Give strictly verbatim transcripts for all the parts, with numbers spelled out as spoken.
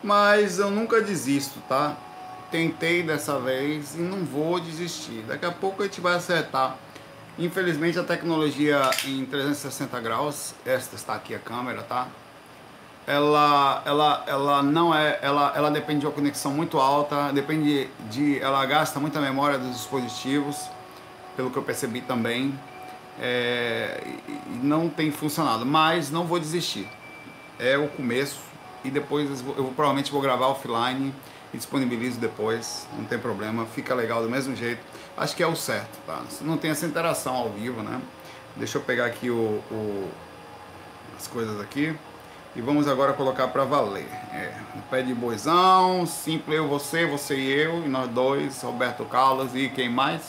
Mas eu nunca desisto, tá? Tentei dessa vez e não vou desistir. Daqui a pouco a gente vai acertar. Infelizmente a tecnologia em trezentos e sessenta graus, esta está aqui a câmera, tá? Ela, ela, ela não é, ela, ela depende de uma conexão muito alta, depende de, ela gasta muita memória dos dispositivos, pelo que eu percebi também, é, e não tem funcionado, mas não vou desistir. É o começo e depois eu vou, provavelmente vou gravar offline e disponibilizo depois, não tem problema, fica legal do mesmo jeito. Acho que é o certo, tá? Não tem essa interação ao vivo, né? Deixa eu pegar aqui o, o as coisas aqui. E vamos agora colocar para valer. É, pé de boizão, simples, eu, você, você e eu, e nós dois, Roberto Carlos e quem mais?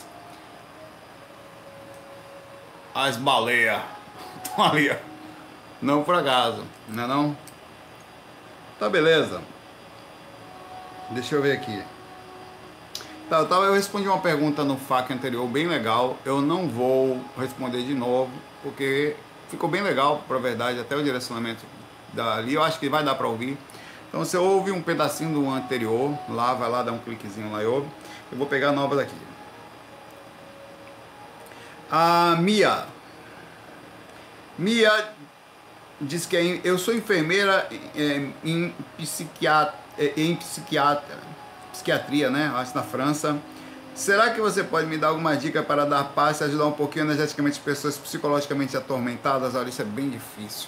As baleias. Estão ali, ó. Não por acaso, não é não? Tá, beleza. Deixa eu ver aqui. Tá, eu, tava, eu respondi uma pergunta no F A Q anterior, bem legal. Eu não vou responder de novo, porque ficou bem legal, pra verdade, até o direcionamento dali, eu acho que vai dar para ouvir. Então você ouve um pedacinho do anterior, lá, vai lá, dá um cliquezinho lá e ouve. Eu vou pegar a nova daqui. A Mia. Mia diz que é, eu sou enfermeira em, em, psiquiatra, em psiquiatra, psiquiatria, né? Acho na França. Será que você pode me dar alguma dica para dar paz e ajudar um pouquinho energeticamente pessoas psicologicamente atormentadas? Olha, isso é bem difícil.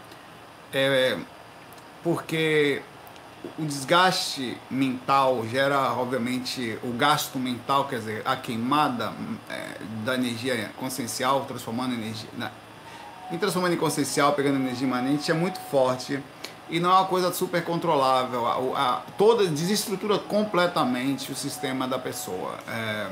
É, porque o desgaste mental gera, obviamente, o gasto mental, quer dizer, a queimada é, da energia consciencial, transformando energia, né, em transformando em consciencial, pegando energia imanente, é muito forte e não é uma coisa super controlável. A, a, toda desestrutura completamente o sistema da pessoa. É,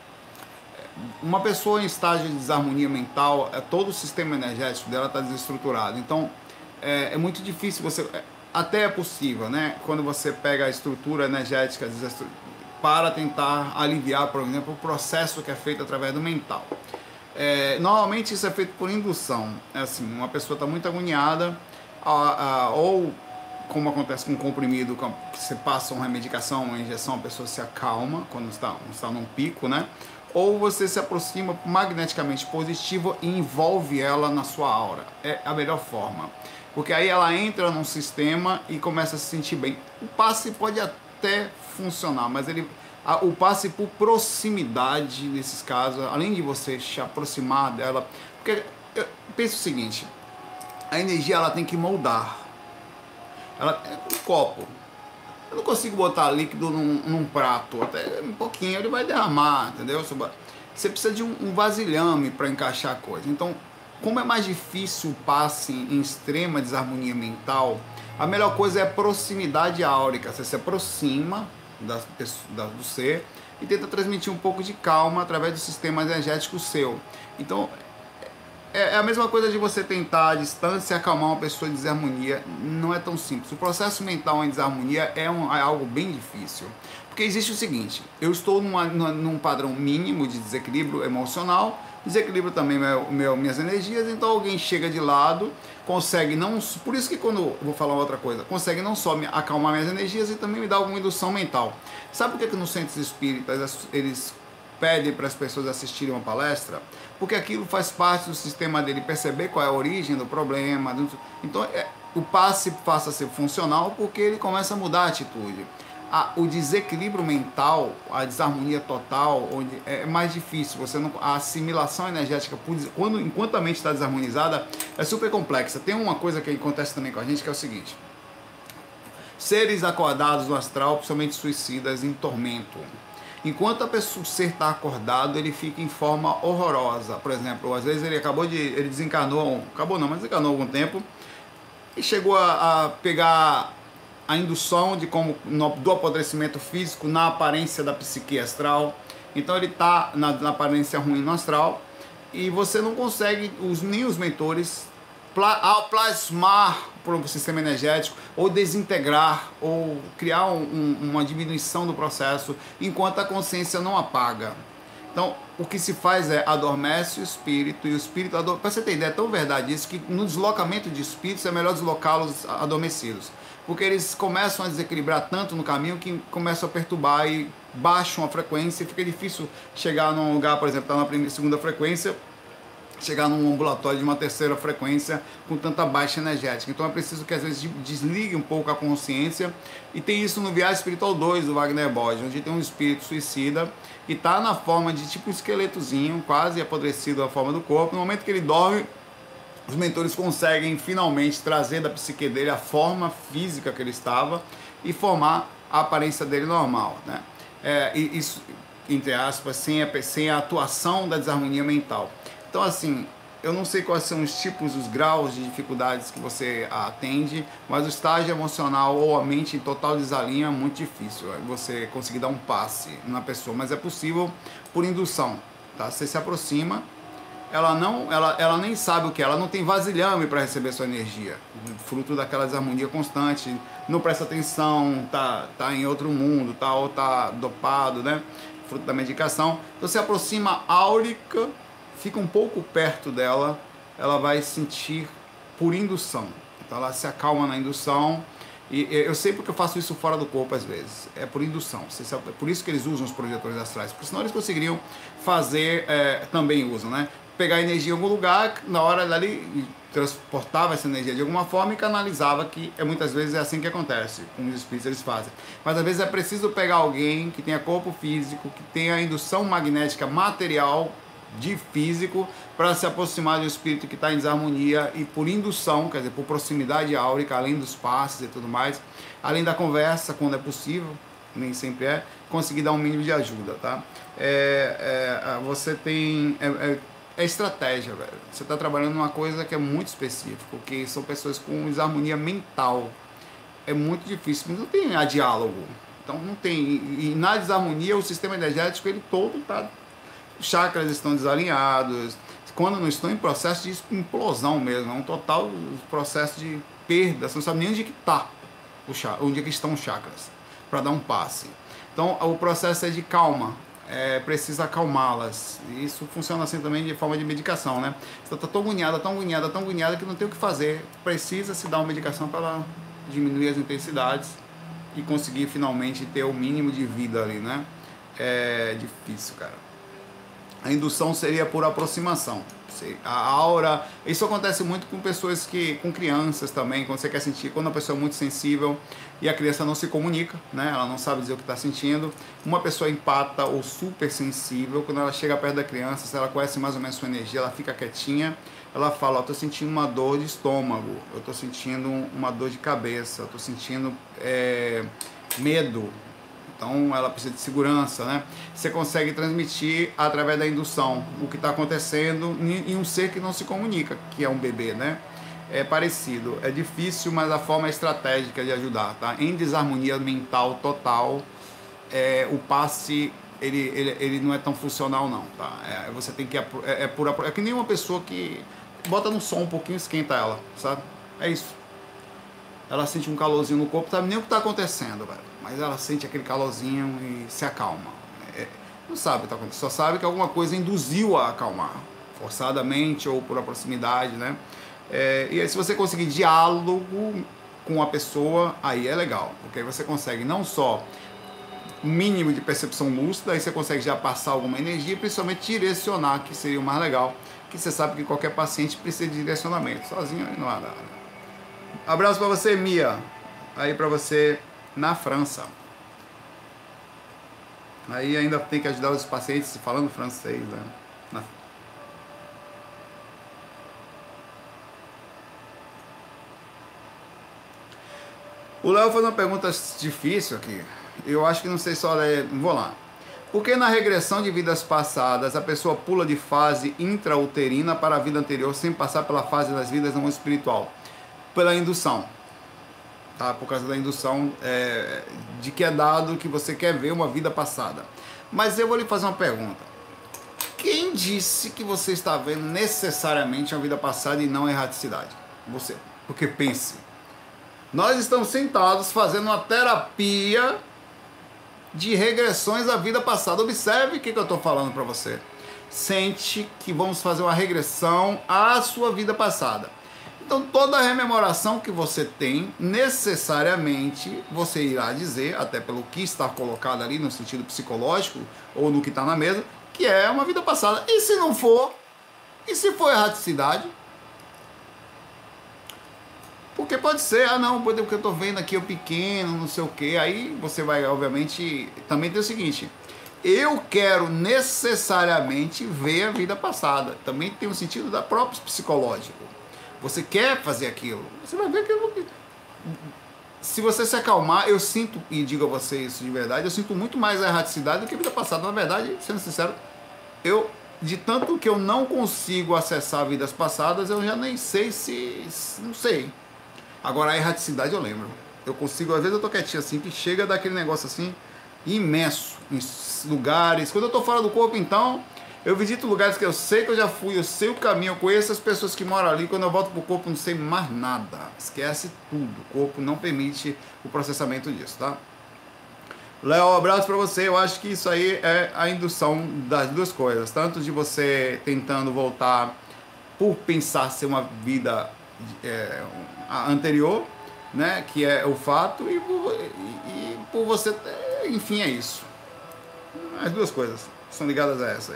uma pessoa em estágio de desarmonia mental, é, todo o sistema energético dela está desestruturado. Então É, é muito difícil você, até é possível, né? Quando você pega a estrutura energética para tentar aliviar, por exemplo, o processo que é feito através do mental. É, normalmente isso é feito por indução. É assim, uma pessoa está muito agoniada, a, a, ou como acontece com o comprimido, que você passa uma medicação, uma injeção, a pessoa se acalma quando está, está num pico, né? Ou você se aproxima magneticamente positivo e envolve ela na sua aura. É a melhor forma. Porque aí ela entra num sistema e começa a se sentir bem. O passe pode até funcionar, mas ele, a, o passe por proximidade, nesses casos, além de você se aproximar dela, porque eu penso o seguinte, a energia ela tem que moldar. Ela é um copo. Eu não consigo botar líquido num, num prato, até um pouquinho ele vai derramar, entendeu? Você precisa de um, um vasilhame para encaixar a coisa. Então, como é mais difícil o passe em extrema desarmonia mental, a melhor coisa é a proximidade áurica. Você se aproxima da, da, do ser e tenta transmitir um pouco de calma através do sistema energético seu. Então, é a mesma coisa de você tentar à distância acalmar uma pessoa em desarmonia. Não é tão simples. O processo mental em desarmonia é, um, é algo bem difícil. Porque existe o seguinte, eu estou numa, num padrão mínimo de desequilíbrio emocional, desequilíbrio também meu, meu, minhas energias, então alguém chega de lado, consegue não... Por isso que quando eu vou falar outra coisa, consegue não só me acalmar minhas energias e também me dar alguma indução mental. Sabe por que, que nos centros espíritas eles pedem para as pessoas assistirem uma palestra? Porque aquilo faz parte do sistema dele, perceber qual é a origem do problema. Então é, o passe passa a ser funcional porque ele começa a mudar a atitude. A, o desequilíbrio mental, a desarmonia total, onde é mais difícil. Você não, a assimilação energética, quando, enquanto a mente está desarmonizada, é super complexa. Tem uma coisa que acontece também com a gente que é o seguinte: seres acordados no astral, principalmente suicidas, em tormento. Enquanto a pessoa, o ser está acordado, ele fica em forma horrorosa. Por exemplo, às vezes ele acabou de, ele desencarnou, acabou não, mas desencarnou há algum tempo e chegou a, a pegar a indução de como no, do apodrecimento físico na aparência da psique astral. Então ele está na, na aparência ruim no astral e você não consegue, os, nem os mentores, pla, ao plasmar para o sistema energético ou desintegrar ou criar um, um, uma diminuição do processo enquanto a consciência não apaga. Então o que se faz é adormece o espírito e o espírito adormece. Para você ter ideia, é tão verdade isso que no deslocamento de espíritos é melhor deslocá-los adormecidos. porque eles começam a desequilibrar tanto no caminho que começam a perturbar e baixam a frequência e fica difícil chegar num lugar, por exemplo, tá na primeira, segunda frequência, chegar num ambulatório de uma terceira frequência com tanta baixa energética. Então é preciso que às vezes desligue um pouco a consciência, e tem isso no Viagem Espiritual dois do Wagner Borges, onde tem um espírito suicida e está na forma de tipo um esqueletozinho, quase apodrecido a forma do corpo. No momento que ele dorme, os mentores conseguem finalmente trazer da psique dele a forma física que ele estava e formar a aparência dele normal, né? É, isso, entre aspas, sem a, sem a atuação da desarmonia mental. Então, assim, eu não sei quais são os tipos, os graus de dificuldades que você atende, mas o estágio emocional ou a mente em total desalinho é muito difícil, você conseguir dar um passe na pessoa, mas é possível por indução, tá? Você se aproxima, ela, não, ela, ela nem sabe o que é, ela não tem vasilhame para receber sua energia, fruto daquela desarmonia constante, não presta atenção, tá, tá em outro mundo, tá, ou tá dopado, né? Fruto da medicação. Então se aproxima áurica, fica um pouco perto dela, ela vai sentir por indução. Então ela se acalma na indução, e eu sei porque eu faço isso fora do corpo às vezes, é por indução. É por isso que eles usam os projetores astrais, porque senão eles conseguiriam fazer, é, também usam, né? Pegar energia em algum lugar, na hora dali transportava essa energia de alguma forma e canalizava, que é, muitas vezes é assim que acontece, com os espíritos eles fazem. Mas às vezes é preciso pegar alguém que tenha corpo físico, que tenha a indução magnética material, de físico, para se aproximar de um espírito que está em desarmonia, e por indução, quer dizer, por proximidade áurica, além dos passes e tudo mais, além da conversa, quando é possível, nem sempre é, conseguir dar um mínimo de ajuda, tá? É, é, você tem... É, é, é estratégia, velho. Você está trabalhando numa coisa que é muito específica, porque são pessoas com desarmonia mental. É muito difícil, não tem a diálogo. Então não tem... E na desarmonia, o sistema energético, ele todo está... Os chakras estão desalinhados, quando não estão em processo de implosão mesmo, é um total processo de perda, você não sabe nem onde que está o chakra, onde que estão os chakras, para dar um passe. Então o processo é de calma, é, precisa acalmá-las, e isso funciona assim também de forma de medicação, né? Você está tão agoniada, tão agoniada, tão agoniada que não tem o que fazer, precisa se dar uma medicação para diminuir as intensidades e conseguir finalmente ter o mínimo de vida ali, né? É difícil, cara. A indução seria por aproximação. A aura, isso acontece muito com pessoas que, com crianças também, quando você quer sentir, quando a pessoa é muito sensível e a criança não se comunica, né? Ela não sabe dizer o que está sentindo. Uma pessoa empata ou super sensível, quando ela chega perto da criança, se ela conhece mais ou menos sua energia, ela fica quietinha, ela fala, eu estou sentindo uma dor de estômago, eu estou sentindo uma dor de cabeça, eu estou sentindo é, medo. Então ela precisa de segurança, né? Você consegue transmitir através da indução o que está acontecendo em um ser que não se comunica, que é um bebê, né? É parecido, é difícil, mas a forma é estratégica de ajudar, tá? Em desarmonia mental total, é, o passe ele, ele, ele não é tão funcional não, tá? É, você tem que é, é, por, é que nem uma pessoa que bota no som um pouquinho e esquenta ela, sabe? É isso. Ela sente um calorzinho no corpo, sabe nem o que está acontecendo, velho. Mas ela sente aquele calorzinho e se acalma. É, não sabe o que está acontecendo, só sabe que alguma coisa induziu a acalmar, forçadamente ou por a proximidade, né? É, e aí, se você conseguir diálogo com a pessoa, aí é legal, porque aí você consegue não só mínimo de percepção lúcida, aí você consegue já passar alguma energia, principalmente direcionar, que seria o mais legal, que você sabe que qualquer paciente precisa de direcionamento, sozinho aí não há nada. Abraço para você, Mia, aí para você na França. Aí ainda tem que ajudar os pacientes falando francês, né? Na... O Léo faz uma pergunta difícil aqui. Eu acho que não sei só ler. Vou lá. Por que na regressão de vidas passadas a pessoa pula de fase intrauterina para a vida anterior sem passar pela fase das vidas não espiritual? Pela indução. Tá? Por causa da indução é, de que é dado que você quer ver uma vida passada. Mas eu vou lhe fazer uma pergunta. Quem disse que você está vendo necessariamente uma vida passada e não a erraticidade? Você. Porque pense. Nós estamos sentados fazendo uma terapia de regressões à vida passada. Observe o que, que eu estou falando para você. Sente que vamos fazer uma regressão à sua vida passada. Então, toda a rememoração que você tem, necessariamente, você irá dizer, até pelo que está colocado ali no sentido psicológico, ou no que está na mesa, que é uma vida passada. E se não for? E se for erraticidade? Porque pode ser, ah não, porque eu estou vendo aqui o pequeno, não sei o quê. Aí você vai, obviamente, também tem o seguinte, eu quero necessariamente ver a vida passada. Também tem um sentido da própria psicológico. Você quer fazer aquilo, você vai ver aquilo. Se você se acalmar, eu sinto, e digo a você isso de verdade, eu sinto muito mais a erraticidade do que a vida passada. Na verdade, sendo sincero, eu, de tanto que eu não consigo acessar vidas passadas, eu já nem sei se, não sei. Agora, a erraticidade eu lembro. Eu consigo, às vezes eu tô quietinho assim, que chega daquele negócio assim, imenso, em lugares. Quando eu tô fora do corpo, então, eu visito lugares que eu sei que eu já fui, eu sei o caminho, eu conheço as pessoas que moram ali. Quando eu volto pro corpo, não sei mais nada. Esquece tudo. O corpo não permite o processamento disso, tá? Léo, um abraço para você. Eu acho que isso aí é a indução das duas coisas. Tanto de você tentando voltar por pensar ser uma vida é, anterior, né, que é o fato, e por, e, e por você, enfim, é isso. As duas coisas são ligadas a essa aí.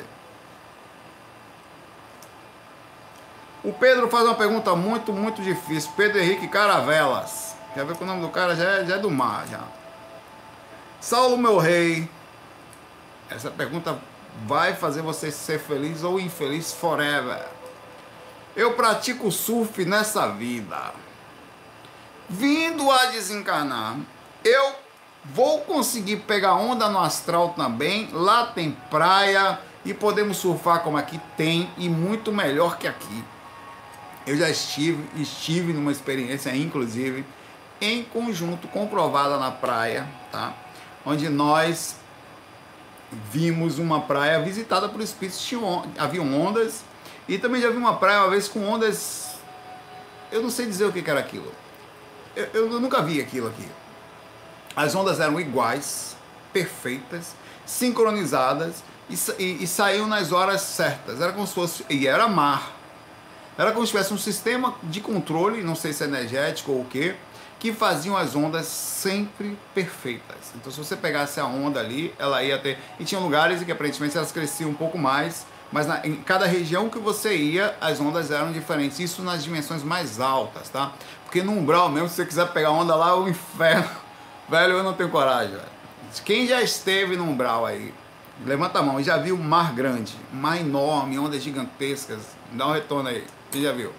O Pedro faz uma pergunta muito, muito difícil. Pedro Henrique Caravelas. Quer ver que o nome do cara já é, já é do mar, já. Saulo, meu rei. Essa pergunta vai fazer você ser feliz ou infeliz forever. Eu pratico surf nessa vida. Vindo a desencarnar, eu vou conseguir pegar onda no astral também. Lá tem praia e podemos surfar como aqui tem, e muito melhor que aqui. Eu já estive, estive numa experiência, inclusive, em conjunto, comprovada na praia, tá? Onde nós vimos uma praia visitada por espíritos, havia ondas, e também já vi uma praia uma vez com ondas, eu não sei dizer o que era aquilo, eu, eu nunca vi aquilo aqui. As ondas eram iguais, perfeitas, sincronizadas, e, e, e saíam nas horas certas, era como se fosse, e era mar, era como se tivesse um sistema de controle, não sei se é energético ou o que, que faziam as ondas sempre perfeitas. Então, se você pegasse a onda ali, ela ia ter... E tinha lugares em que, aparentemente, elas cresciam um pouco mais, mas na, em cada região que você ia, as ondas eram diferentes. Isso nas dimensões mais altas, tá? Porque no umbral mesmo, se você quiser pegar onda lá, é o inferno. Velho, eu não tenho coragem, velho. Quem já esteve no umbral aí, levanta a mão, já viu mar grande, mar enorme, ondas gigantescas. Dá um retorno aí. Quem já viu?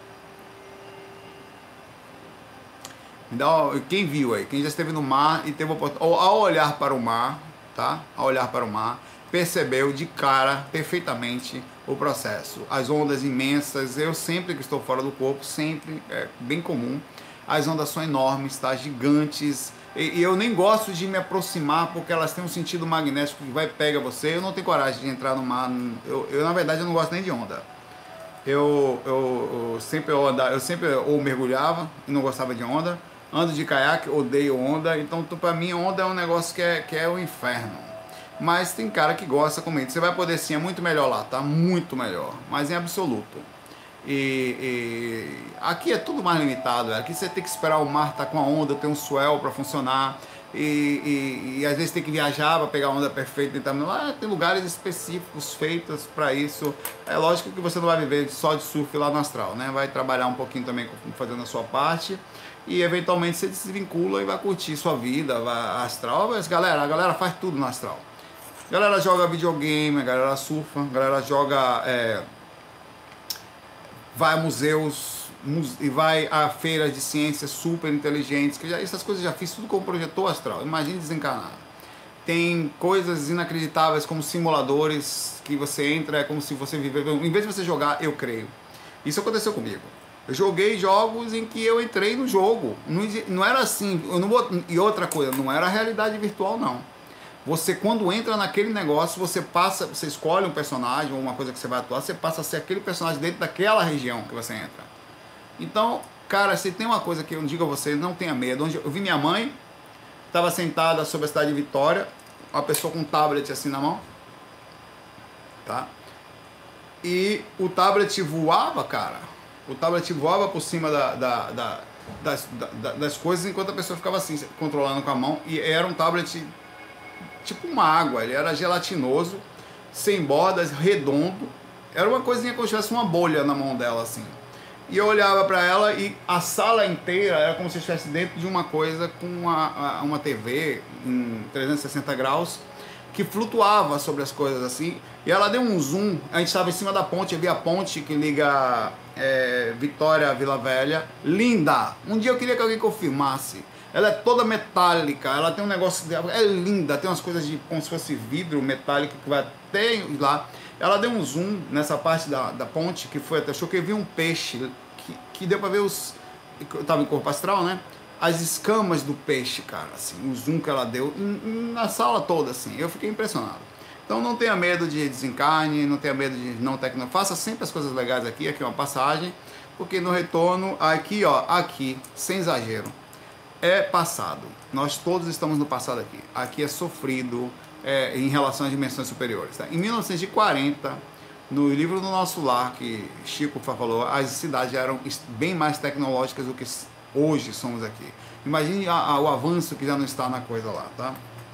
Então, quem viu aí, quem já esteve no mar e teve oportunidade, ou ao olhar para o mar, tá? Ao olhar para o mar, percebeu de cara perfeitamente o processo. As ondas imensas, eu sempre que estou fora do corpo, sempre, é bem comum, as ondas são enormes, tá? Gigantes, e, e eu nem gosto de me aproximar porque elas têm um sentido magnético que vai e pega você. Eu não tenho coragem de entrar no mar, eu, eu na verdade eu não gosto nem de onda. Eu, eu, eu sempre eu andava, eu sempre ou mergulhava e não gostava de onda. Ando de caiaque, odeio onda, então para mim onda é um negócio que é, que é o inferno. Mas tem cara que gosta comigo. Você vai poder sim, é muito melhor lá, tá? Muito melhor, mas em absoluto. E, e aqui é tudo mais limitado, aqui você tem que esperar o mar estar tá com a onda, ter um swell para funcionar. E, e, e às vezes tem que viajar para pegar a onda perfeita. Então, lá tem lugares específicos feitos para isso. É lógico que você não vai viver só de surf lá no astral, né? Vai trabalhar um pouquinho também fazendo a sua parte. E eventualmente você se desvincula e vai curtir sua vida, vai astral. Mas galera, a galera faz tudo no astral. A galera joga videogame, a galera surfa, a galera joga, é, vai a museus e vai a feiras de ciências super inteligentes, que já, essas coisas eu já fiz tudo como projetor astral. Imagine desencarnado. Tem coisas inacreditáveis como simuladores que você entra, é como se você viver. Em vez de você jogar, eu creio. Isso aconteceu comigo. Eu joguei jogos em que eu entrei no jogo. Não, não era assim. Eu não, e outra coisa, não era realidade virtual, não. Você, quando entra naquele negócio, você passa, você escolhe um personagem ou uma coisa que você vai atuar, você passa a ser aquele personagem dentro daquela região que você entra. Então, cara, se tem uma coisa que eu digo a você, não tenha medo. Onde eu vi minha mãe, estava sentada sobre a cidade de Vitória, uma pessoa com um tablet assim na mão, tá? E o tablet voava, cara. O tablet voava por cima da, da, da, das, da, das coisas, enquanto a pessoa ficava assim, controlando com a mão. E era um tablet tipo uma água, ele era gelatinoso, sem bordas, redondo. Era uma coisinha como se tivesse uma bolha na mão dela, assim. E eu olhava para ela e a sala inteira era como se estivesse dentro de uma coisa com uma, uma T V em trezentos e sessenta graus, que flutuava sobre as coisas assim. E ela deu um zoom, a gente estava em cima da ponte, eu vi a ponte que liga é, Vitória a Vila Velha. Linda! Um dia eu queria que alguém confirmasse. Ela é toda metálica, ela tem um negócio, é linda, tem umas coisas de como se fosse vidro metálico que vai até lá. Ela deu um zoom nessa parte da, da ponte, que foi até show, que eu vi um peixe, que, que deu pra ver os... Eu tava em corpo astral, né? As escamas do peixe, cara, assim, o zoom que ela deu na sala toda, assim, eu fiquei impressionado. Então não tenha medo de desencarne, não tenha medo de não tecno, faça sempre as coisas legais aqui, aqui é uma passagem, porque no retorno, aqui, ó, aqui, sem exagero, é passado. Nós todos estamos no passado aqui. Aqui é sofrido, É, em relação às dimensões superiores. Tá? Em mil novecentos e quarenta, no livro do Nosso Lar, que Chico falou, as cidades já eram bem mais tecnológicas do que hoje somos aqui. Imagine a, a, o avanço que já não está na coisa lá, tá?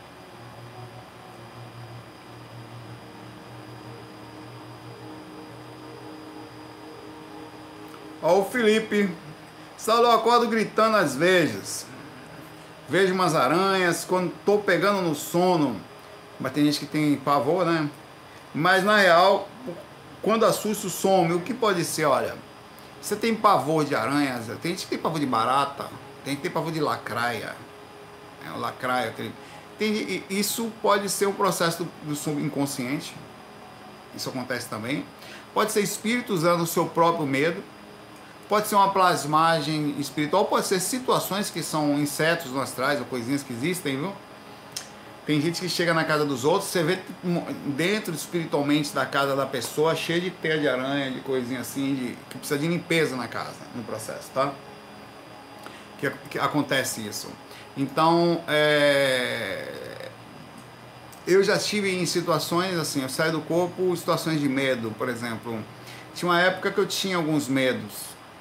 Ó, o Felipe, Saulo, eu acordo gritando às vezes. Vejo umas aranhas, quando estou pegando no sono. Mas tem gente que tem pavor, né? Mas na real, quando assusta, some. O que pode ser? Olha, você tem pavor de aranhas, tem gente que tem pavor de barata, tem que ter pavor de lacraia. É, o lacraia, aquele... tem, isso pode ser um processo do, do subconsciente. Isso acontece também. Pode ser espírito usando o seu próprio medo. Pode ser uma plasmagem espiritual. Pode ser situações que são insetos no astrais ou coisinhas que existem, viu? Tem gente que chega na casa dos outros, você vê dentro espiritualmente da casa da pessoa cheio de teia de aranha, de coisinha assim, de, que precisa de limpeza na casa, no processo, tá? Que, que acontece isso. Então, é... eu já estive em situações assim, eu saio do corpo, situações de medo, por exemplo. Tinha uma época que eu tinha alguns medos,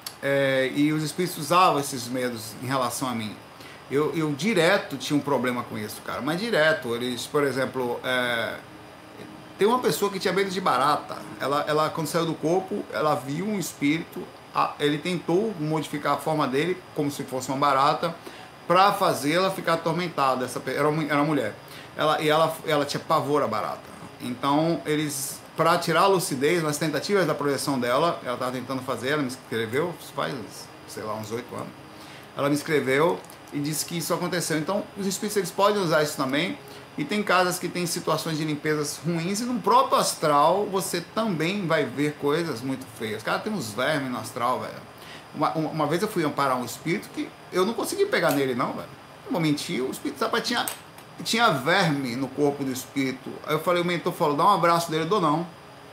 é, e os espíritos usavam esses medos em relação a mim. Eu, eu direto tinha um problema com isso, cara, mas direto. Eles, por exemplo, é, tem uma pessoa que tinha medo de barata. Ela, ela, quando saiu do corpo, ela viu um espírito, a, ele tentou modificar a forma dele, como se fosse uma barata, para fazê-la ficar atormentada. Essa, era, uma, era uma mulher. Ela, e ela, ela tinha pavor à barata. Então, eles, para tirar a lucidez, nas tentativas da projeção dela, ela estava tentando fazer, ela me escreveu, faz, sei lá, uns oito anos. Ela me escreveu e disse que isso aconteceu. Então, os espíritos eles podem usar isso também. E tem casas que tem situações de limpezas ruins e no próprio astral você também vai ver coisas muito feias. Cara, tem uns vermes no astral, velho. Uma, uma vez eu fui amparar um espírito que eu não consegui pegar nele, não, velho. Não vou mentir, o espírito rapaz, tinha, tinha verme no corpo do espírito. Aí eu falei, o mentor falou, dá um abraço dele, eu dou não.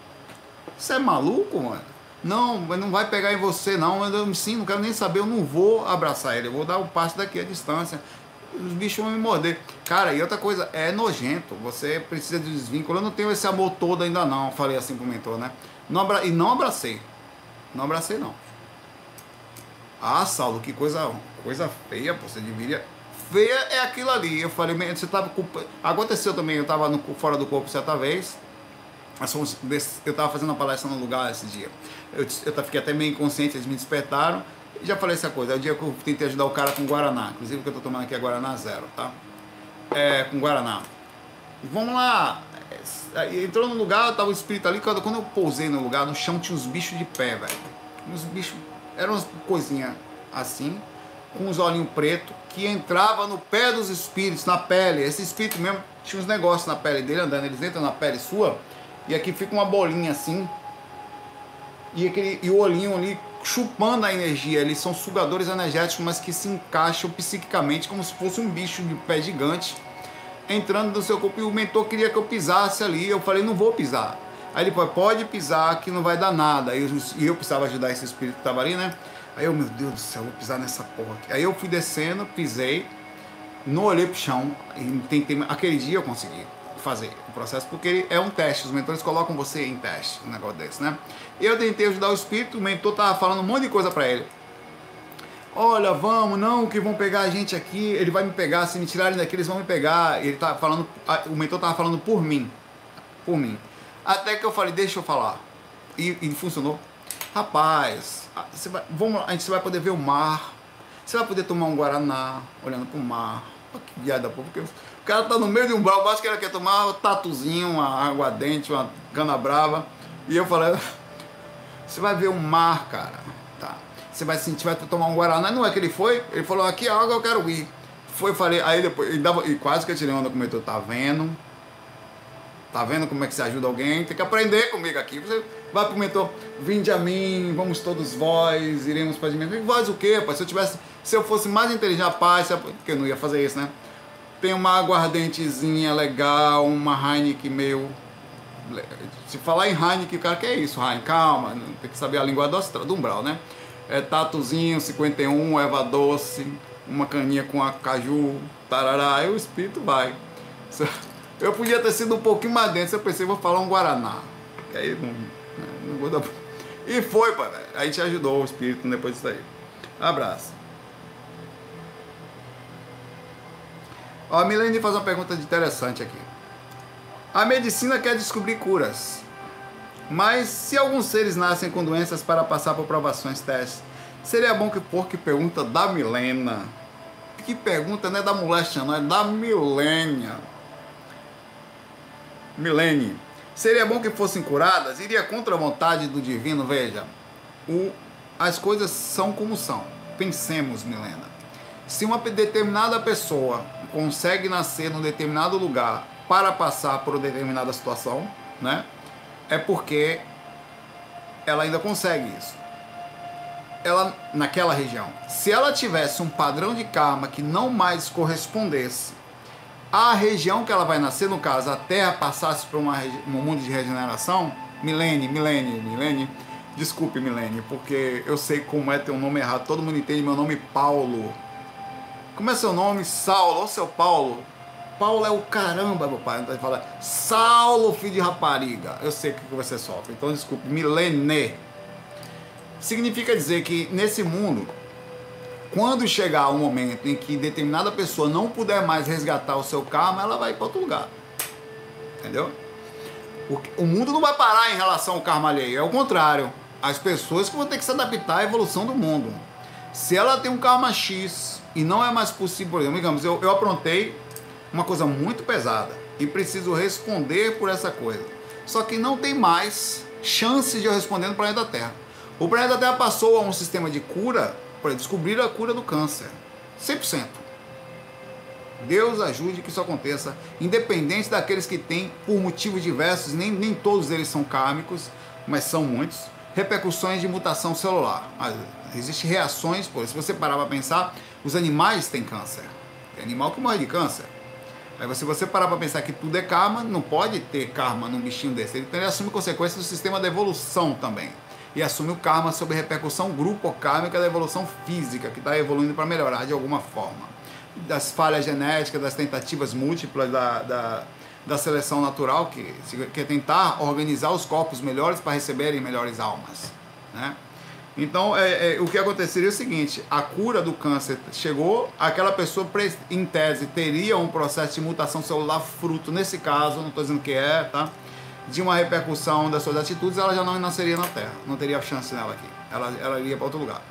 Você é maluco, mano? Não, mas não vai pegar em você não, eu sim, não quero nem saber, eu não vou abraçar ele, eu vou dar um passo daqui à distância, os bichos vão me morder. Cara, e outra coisa, é nojento, você precisa de desvínculo, eu não tenho esse amor todo ainda não, falei assim pro mentor, né? Não abra... E não abracei, não abracei não. Ah, Saulo, que coisa, coisa feia, pô, você deveria... Feia é aquilo ali, eu falei, você tava com... Aconteceu também, eu tava no... fora do corpo certa vez, eu estava fazendo uma palestra no lugar esse dia. Eu, eu fiquei até meio inconsciente, eles me despertaram. E já falei essa coisa. É o dia que eu tentei ajudar o cara com Guaraná. Inclusive o que eu estou tomando aqui é Guaraná zero, tá? É, com Guaraná. Vamos lá. Entrou no lugar, tava o espírito ali. Quando eu pousei no lugar, no chão tinha uns bichos de pé, velho. Uns bichos. Eram umas coisinhas assim, com uns olhinhos pretos, que entrava no pé dos espíritos, na pele. Esse espírito mesmo tinha uns negócios na pele dele andando. Eles entram na pele sua. E aqui fica uma bolinha assim, e, aquele, e o olhinho ali chupando a energia. Eles são sugadores energéticos, mas que se encaixam psiquicamente como se fosse um bicho de pé gigante entrando no seu corpo. E o mentor queria que eu pisasse ali. Eu falei, não vou pisar. Aí ele falou, pode pisar que não vai dar nada. E eu, e eu precisava ajudar esse espírito que estava ali, né? Aí eu, meu Deus do céu, vou pisar nessa porra aqui. Aí eu fui descendo, pisei, não olhei pro chão. E tentei, aquele dia eu consegui. fazer o processo, porque ele é um teste, os mentores colocam você em teste, um negócio desse, né? Eu tentei ajudar o espírito, o mentor tava falando um monte de coisa para ele. Olha, vamos, não, que vão pegar a gente aqui, ele vai me pegar, se me tirarem daqui eles vão me pegar. Ele tá falando, o mentor tava falando por mim, por mim. Até que eu falei, deixa eu falar. E, e funcionou. Rapaz, você vai, vamos, a gente vai poder ver o mar, você vai poder tomar um guaraná, olhando pro mar. Que viado da porra, porque o cara tá no meio de um umbral, basta que ele quer tomar um tatuzinho, uma aguardente, uma cana brava. E eu falei, você vai ver o mar, cara. Tá. Você vai sentir, vai tomar um guaraná. Não é que ele foi? Ele falou, aqui a água eu quero ir. Foi, falei, aí depois, e, dava, e quase que eu tirei onda com o mentor, tá vendo? Tá vendo como é que você ajuda alguém? Tem que aprender comigo aqui. Você vai pro mentor, vinde a mim, vamos todos vós, iremos para de mim. Vós o quê, pai? Se eu tivesse, se eu fosse mais inteligente, rapaz, porque eu não ia fazer isso, né? Tem uma aguardentezinha legal, uma Heineken meio... Se falar em Heineken, o cara, que é isso, Heineken? Calma, tem que saber a língua do, do umbral, né? É tatuzinho, cinquenta e um, erva doce, uma caninha com a caju, tarará, aí o espírito vai. Eu podia ter sido um pouquinho mais dentro, eu pensei, vou falar um guaraná. Que aí não, não vou dar... E foi, pai, a gente ajudou o espírito depois disso aí. Abraço. Ó, a Milene faz uma pergunta interessante aqui. A medicina quer descobrir curas, mas se alguns seres nascem com doenças para passar por provações, testes, seria bom que por que pergunta da Milena. Que pergunta não é da moléstia, não, é da Milênia. Milene. Seria bom que fossem curadas? Iria contra a vontade do divino? Veja, o, as coisas são como são. Pensemos, Milena. Se uma determinada pessoa consegue nascer num determinado lugar para passar por uma determinada situação, né? É porque ela ainda consegue isso. Ela, naquela região. Se ela tivesse um padrão de karma que não mais correspondesse à região que ela vai nascer, no caso, a Terra passasse por uma, um mundo de regeneração, Milene, Milene, Milene, desculpe, Milene, porque eu sei como é teu nome errado, todo mundo entende meu nome, Paulo. Como é seu nome? Saulo, ô seu Paulo. Paulo é o caramba, meu pai. Então ele fala, Saulo, filho de rapariga. Eu sei o que você sofre, então desculpe, Milene. Significa dizer que nesse mundo, quando chegar um momento em que determinada pessoa não puder mais resgatar o seu karma, ela vai para outro lugar. Entendeu? O mundo não vai parar em relação ao karma alheio, é o contrário. As pessoas que vão ter que se adaptar à evolução do mundo. Se ela tem um karma X e não é mais possível, por exemplo, digamos, eu, eu aprontei uma coisa muito pesada e preciso responder por essa coisa. Só que não tem mais chance de eu responder no planeta Terra. O planeta Terra passou a um sistema de cura para descobrir a cura do câncer. cem por cento. Deus ajude que isso aconteça, independente daqueles que têm, por motivos diversos, nem, nem todos eles são kármicos, mas são muitos, repercussões de mutação celular. Existem reações, por se você parar para pensar, os animais têm câncer. Tem animal que morre de câncer. Aí se você parar para pensar que tudo é karma, não pode ter karma num bichinho desse. Então ele assume consequências do sistema da evolução também. E assume o karma sobre repercussão grupo-kármica da evolução física, que está evoluindo para melhorar de alguma forma. Das falhas genéticas, das tentativas múltiplas da, da, da seleção natural, que, que é tentar organizar os corpos melhores para receberem melhores almas, né? Então, é, é, o que aconteceria é o seguinte, a cura do câncer chegou, aquela pessoa, em tese, teria um processo de mutação celular fruto, nesse caso, não estou dizendo que é, tá? De uma repercussão das suas atitudes, ela já não nasceria na Terra, não teria chance nela aqui, ela, ela iria para outro lugar.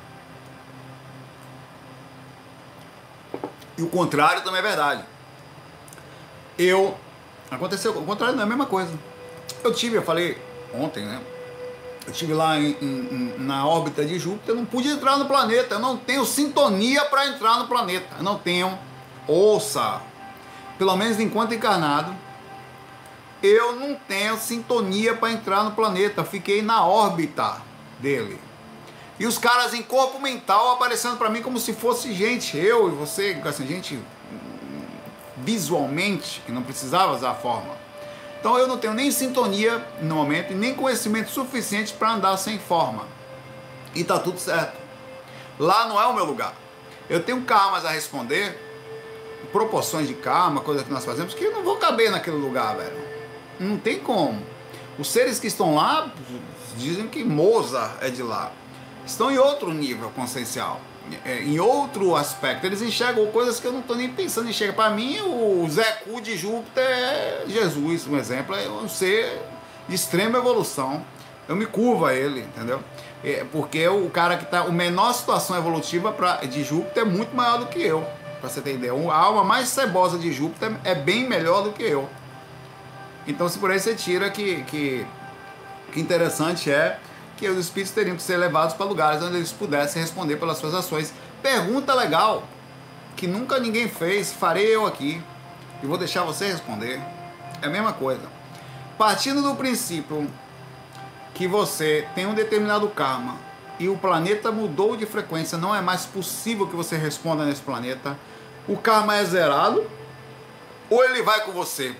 E o contrário também é verdade. Eu, aconteceu, o contrário não é a mesma coisa. Eu tive, eu falei ontem, né? Eu estive lá em, em, na órbita de Júpiter, eu não pude entrar no planeta, eu não tenho sintonia para entrar no planeta, eu não tenho, ouça, pelo menos enquanto encarnado, eu não tenho sintonia para entrar no planeta, eu fiquei na órbita dele. E os caras em corpo mental aparecendo para mim como se fosse gente, eu e você, assim, gente visualmente, que não precisava usar a forma. Então eu não tenho nem sintonia no momento e nem conhecimento suficiente para andar sem forma. E tá tudo certo. Lá não é o meu lugar. Eu tenho karmas a responder proporções de karma, coisa que nós fazemos, que eu não vou caber naquele lugar, velho. Não tem como. Os seres que estão lá, dizem que Mozart é de lá. Estão em outro nível consciencial, em outro aspecto. Eles enxergam coisas que eu não estou nem pensando em enxergar. Para mim, o Zé Cu de Júpiter é Jesus, um exemplo. É um ser de extrema evolução. Eu me curvo a ele, entendeu? É porque o cara que está... A menor situação evolutiva pra, de Júpiter é muito maior do que eu. Para você ter ideia. A alma mais cebosa de Júpiter é bem melhor do que eu. Então, se por aí você tira que... que, que interessante é que os espíritos teriam que ser levados para lugares onde eles pudessem responder pelas suas ações. Pergunta legal, que nunca ninguém fez, farei eu aqui, e vou deixar você responder. É a mesma coisa. Partindo do princípio que você tem um determinado karma e o planeta mudou de frequência, não é mais possível que você responda nesse planeta, o karma é zerado, ou ele vai com você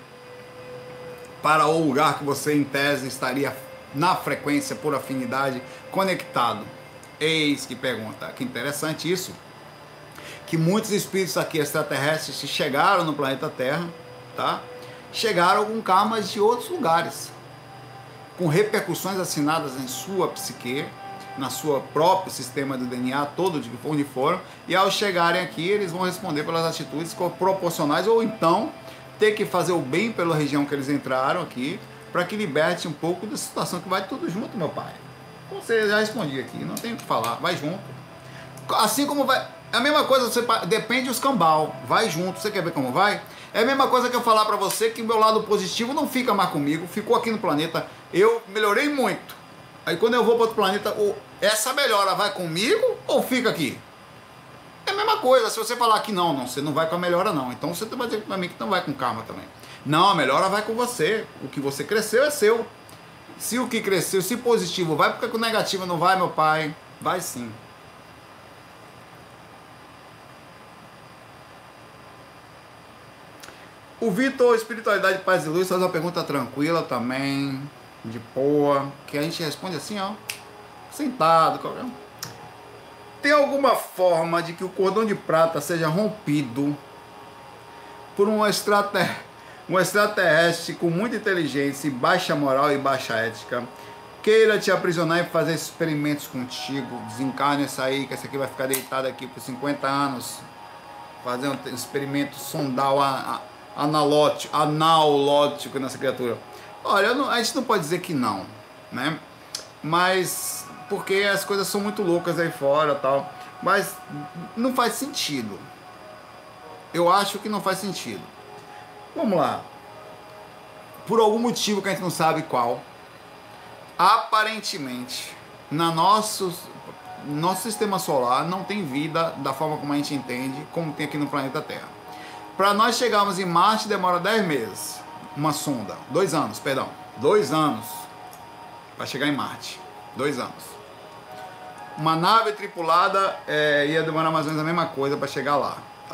para o lugar que você, em tese, estaria na frequência por afinidade, conectado. Eis que pergunta, que interessante isso, que muitos espíritos aqui extraterrestres chegaram no planeta Terra, tá? Chegaram com karmas de outros lugares, com repercussões assinadas em sua psique, na sua próprio sistema do D N A, todo de onde foram, e ao chegarem aqui, eles vão responder pelas atitudes proporcionais, ou então ter que fazer o bem pela região que eles entraram aqui, para que liberte um pouco da situação, que vai tudo junto, meu pai. Você já respondi aqui, não tem o que falar, vai junto. Assim como vai... É a mesma coisa, você depende dos cambal, vai junto, você quer ver como vai? É a mesma coisa que eu falar para você que o meu lado positivo não fica mais comigo, ficou aqui no planeta, eu melhorei muito. Aí quando eu vou para outro planeta, essa melhora vai comigo ou fica aqui? É a mesma coisa, se você falar que não, não, você não vai com a melhora não, então você vai dizer para mim que não vai com karma também. Não, a melhora vai com você. O que você cresceu é seu. Se o que cresceu, se positivo vai, porque o negativo não vai, meu pai? Vai sim. O Vitor, Espiritualidade, Paz e Luz, faz uma pergunta tranquila também, de boa, que a gente responde assim, ó, sentado. Qualquer... Tem alguma forma de que o cordão de prata seja rompido por um extraterrestre? Um extraterrestre com muita inteligência e baixa moral e baixa ética queira te aprisionar e fazer experimentos contigo, desencarne essa aí, que essa aqui vai ficar deitada aqui por cinquenta anos, fazer um experimento sondal analótico, analótico nessa criatura. Olha, não, a gente não pode dizer que não, né? Mas porque as coisas são muito loucas aí fora, tal, mas não faz sentido. Eu acho que não faz sentido. Vamos lá. Por algum motivo que a gente não sabe qual, aparentemente, na nosso, nosso sistema solar não tem vida da forma como a gente entende, como tem aqui no planeta Terra. Para nós chegarmos em Marte demora dez meses. Uma sonda. Dois anos, perdão. Dois anos para chegar em Marte. Dois anos. Uma nave tripulada é, ia demorar mais ou menos a mesma coisa para chegar lá.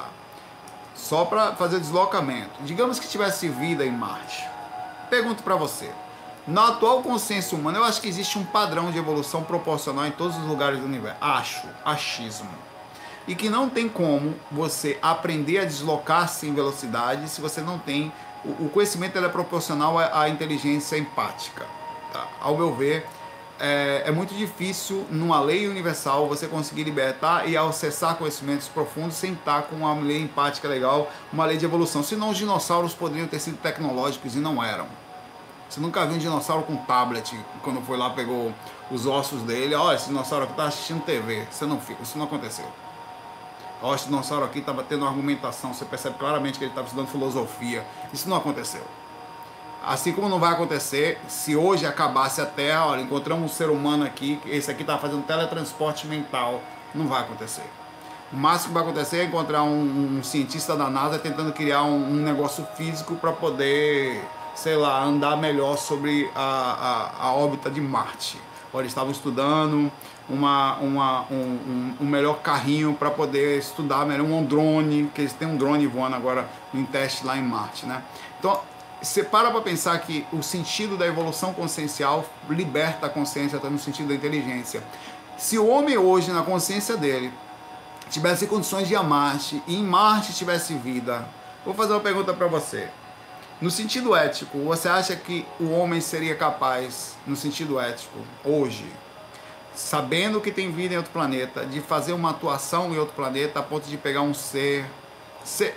Só para fazer deslocamento. Digamos que tivesse vida em Marte. Pergunto para você. Na atual consciência humana, eu acho que existe um padrão de evolução proporcional em todos os lugares do universo. Acho. Achismo. E que não tem como você aprender a deslocar-se em velocidade se você não tem... O, o conhecimento ele é proporcional à, à inteligência empática. Tá? Ao meu ver... É, é muito difícil, numa lei universal, você conseguir libertar e acessar conhecimentos profundos sem estar com uma lei empática legal, uma lei de evolução. Senão os dinossauros poderiam ter sido tecnológicos e não eram. Você nunca viu um dinossauro com tablet, quando foi lá, pegou os ossos dele, olha, esse dinossauro aqui está assistindo T V. Você não fica, isso não aconteceu. Olha, esse dinossauro aqui estava tendo uma argumentação, você percebe claramente que ele estava estudando filosofia. Isso não aconteceu. Assim como não vai acontecer se hoje acabasse a Terra, olha, encontramos um ser humano aqui, esse aqui está fazendo teletransporte mental, não vai acontecer. O máximo que vai acontecer é encontrar um, um cientista da NASA tentando criar um, um negócio físico para poder, sei lá, andar melhor sobre a, a, a órbita de Marte. Olha, eles estavam estudando uma, uma, um, um, um melhor carrinho para poder estudar melhor, um drone, que eles têm um drone voando agora em teste lá em Marte, né? Então, você para para pensar que o sentido da evolução consciencial liberta a consciência, está no sentido da inteligência. Se o homem hoje, na consciência dele, tivesse condições de ir a Marte e em Marte tivesse vida, vou fazer uma pergunta para você. No sentido ético, você acha que o homem seria capaz, no sentido ético, hoje, sabendo que tem vida em outro planeta, de fazer uma atuação em outro planeta a ponto de pegar um ser... ser...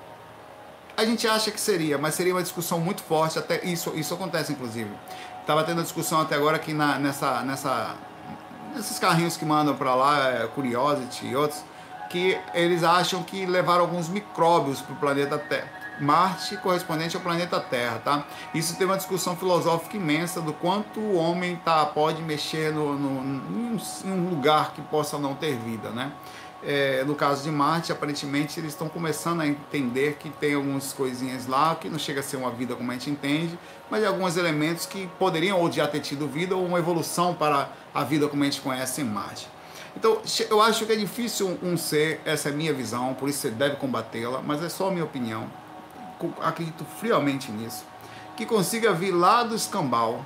A gente acha que seria, mas seria uma discussão muito forte, até isso, isso acontece inclusive. Estava tendo discussão até agora aqui na, nessa, nessa, nesses carrinhos que mandam para lá, é, Curiosity e outros, que eles acham que levaram alguns micróbios para o planeta Terra. Marte correspondente ao planeta Terra, tá? Isso tem uma discussão filosófica imensa do quanto o homem tá, pode mexer no, no, em um lugar que possa não ter vida, né? É, no caso de Marte, aparentemente eles estão começando a entender que tem algumas coisinhas lá que não chega a ser uma vida como a gente entende, mas alguns elementos que poderiam ou já ter tido vida ou uma evolução para a vida como a gente conhece em Marte. Então, eu acho que é difícil um ser, essa é a minha visão, por isso você deve combatê-la, mas é só a minha opinião. Acredito friamente nisso, que consiga vir lá do escambau,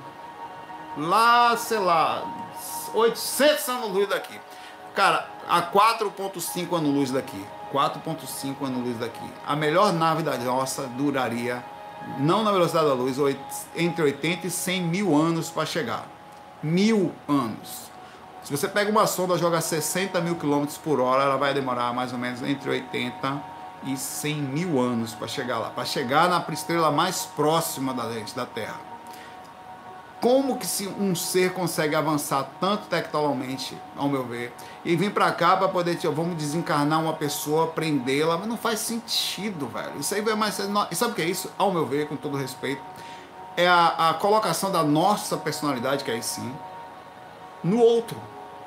lá, sei lá, oitocentos anos-luz daqui, cara, a quatro ponto cinco anos-luz daqui, quatro ponto cinco anos-luz daqui, a melhor nave da nossa duraria, não na velocidade da luz, entre oitenta e cem mil anos para chegar, mil anos. Se você pega uma sonda e joga sessenta mil quilômetros por hora, ela vai demorar mais ou menos entre oitenta e cem mil anos para chegar lá, para chegar na estrela mais próxima da gente, da Terra. Como que se um ser consegue avançar tanto tecnologicamente, ao meu ver, e vir para cá para poder, tipo, vamos desencarnar uma pessoa, prendê-la, mas não faz sentido, velho. Isso aí vai mais... E sabe o que é isso? Ao meu ver, com todo respeito, é a, a colocação da nossa personalidade, que é aí sim, no outro.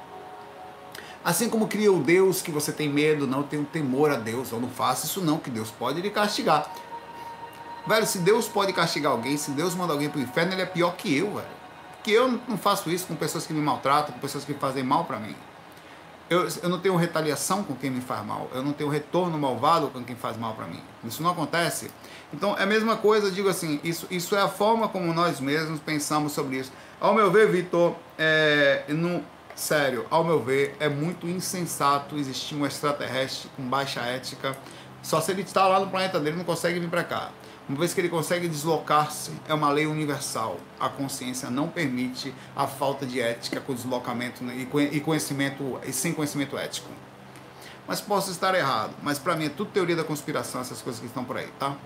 Assim como cria o Deus que você tem medo, não tem um temor a Deus, eu não faço isso não, que Deus pode lhe castigar. Velho, se Deus pode castigar alguém, se Deus manda alguém pro inferno, ele é pior que eu, velho. Porque eu não faço isso com pessoas que me maltratam, com pessoas que fazem mal para mim. Eu, eu não tenho retaliação com quem me faz mal, eu não tenho retorno malvado com quem faz mal para mim. Isso não acontece. Então é a mesma coisa, eu digo assim, isso, isso é a forma como nós mesmos pensamos sobre isso. Ao meu ver, Vitor, é, não... Sério, ao meu ver, é muito insensato existir um extraterrestre com baixa ética. Só se ele está lá no planeta dele, não consegue vir para cá. Uma vez que ele consegue deslocar-se, é uma lei universal. A consciência não permite a falta de ética com deslocamento e conhecimento e sem conhecimento ético. Mas posso estar errado. Mas para mim é tudo teoria da conspiração, essas coisas que estão por aí, tá?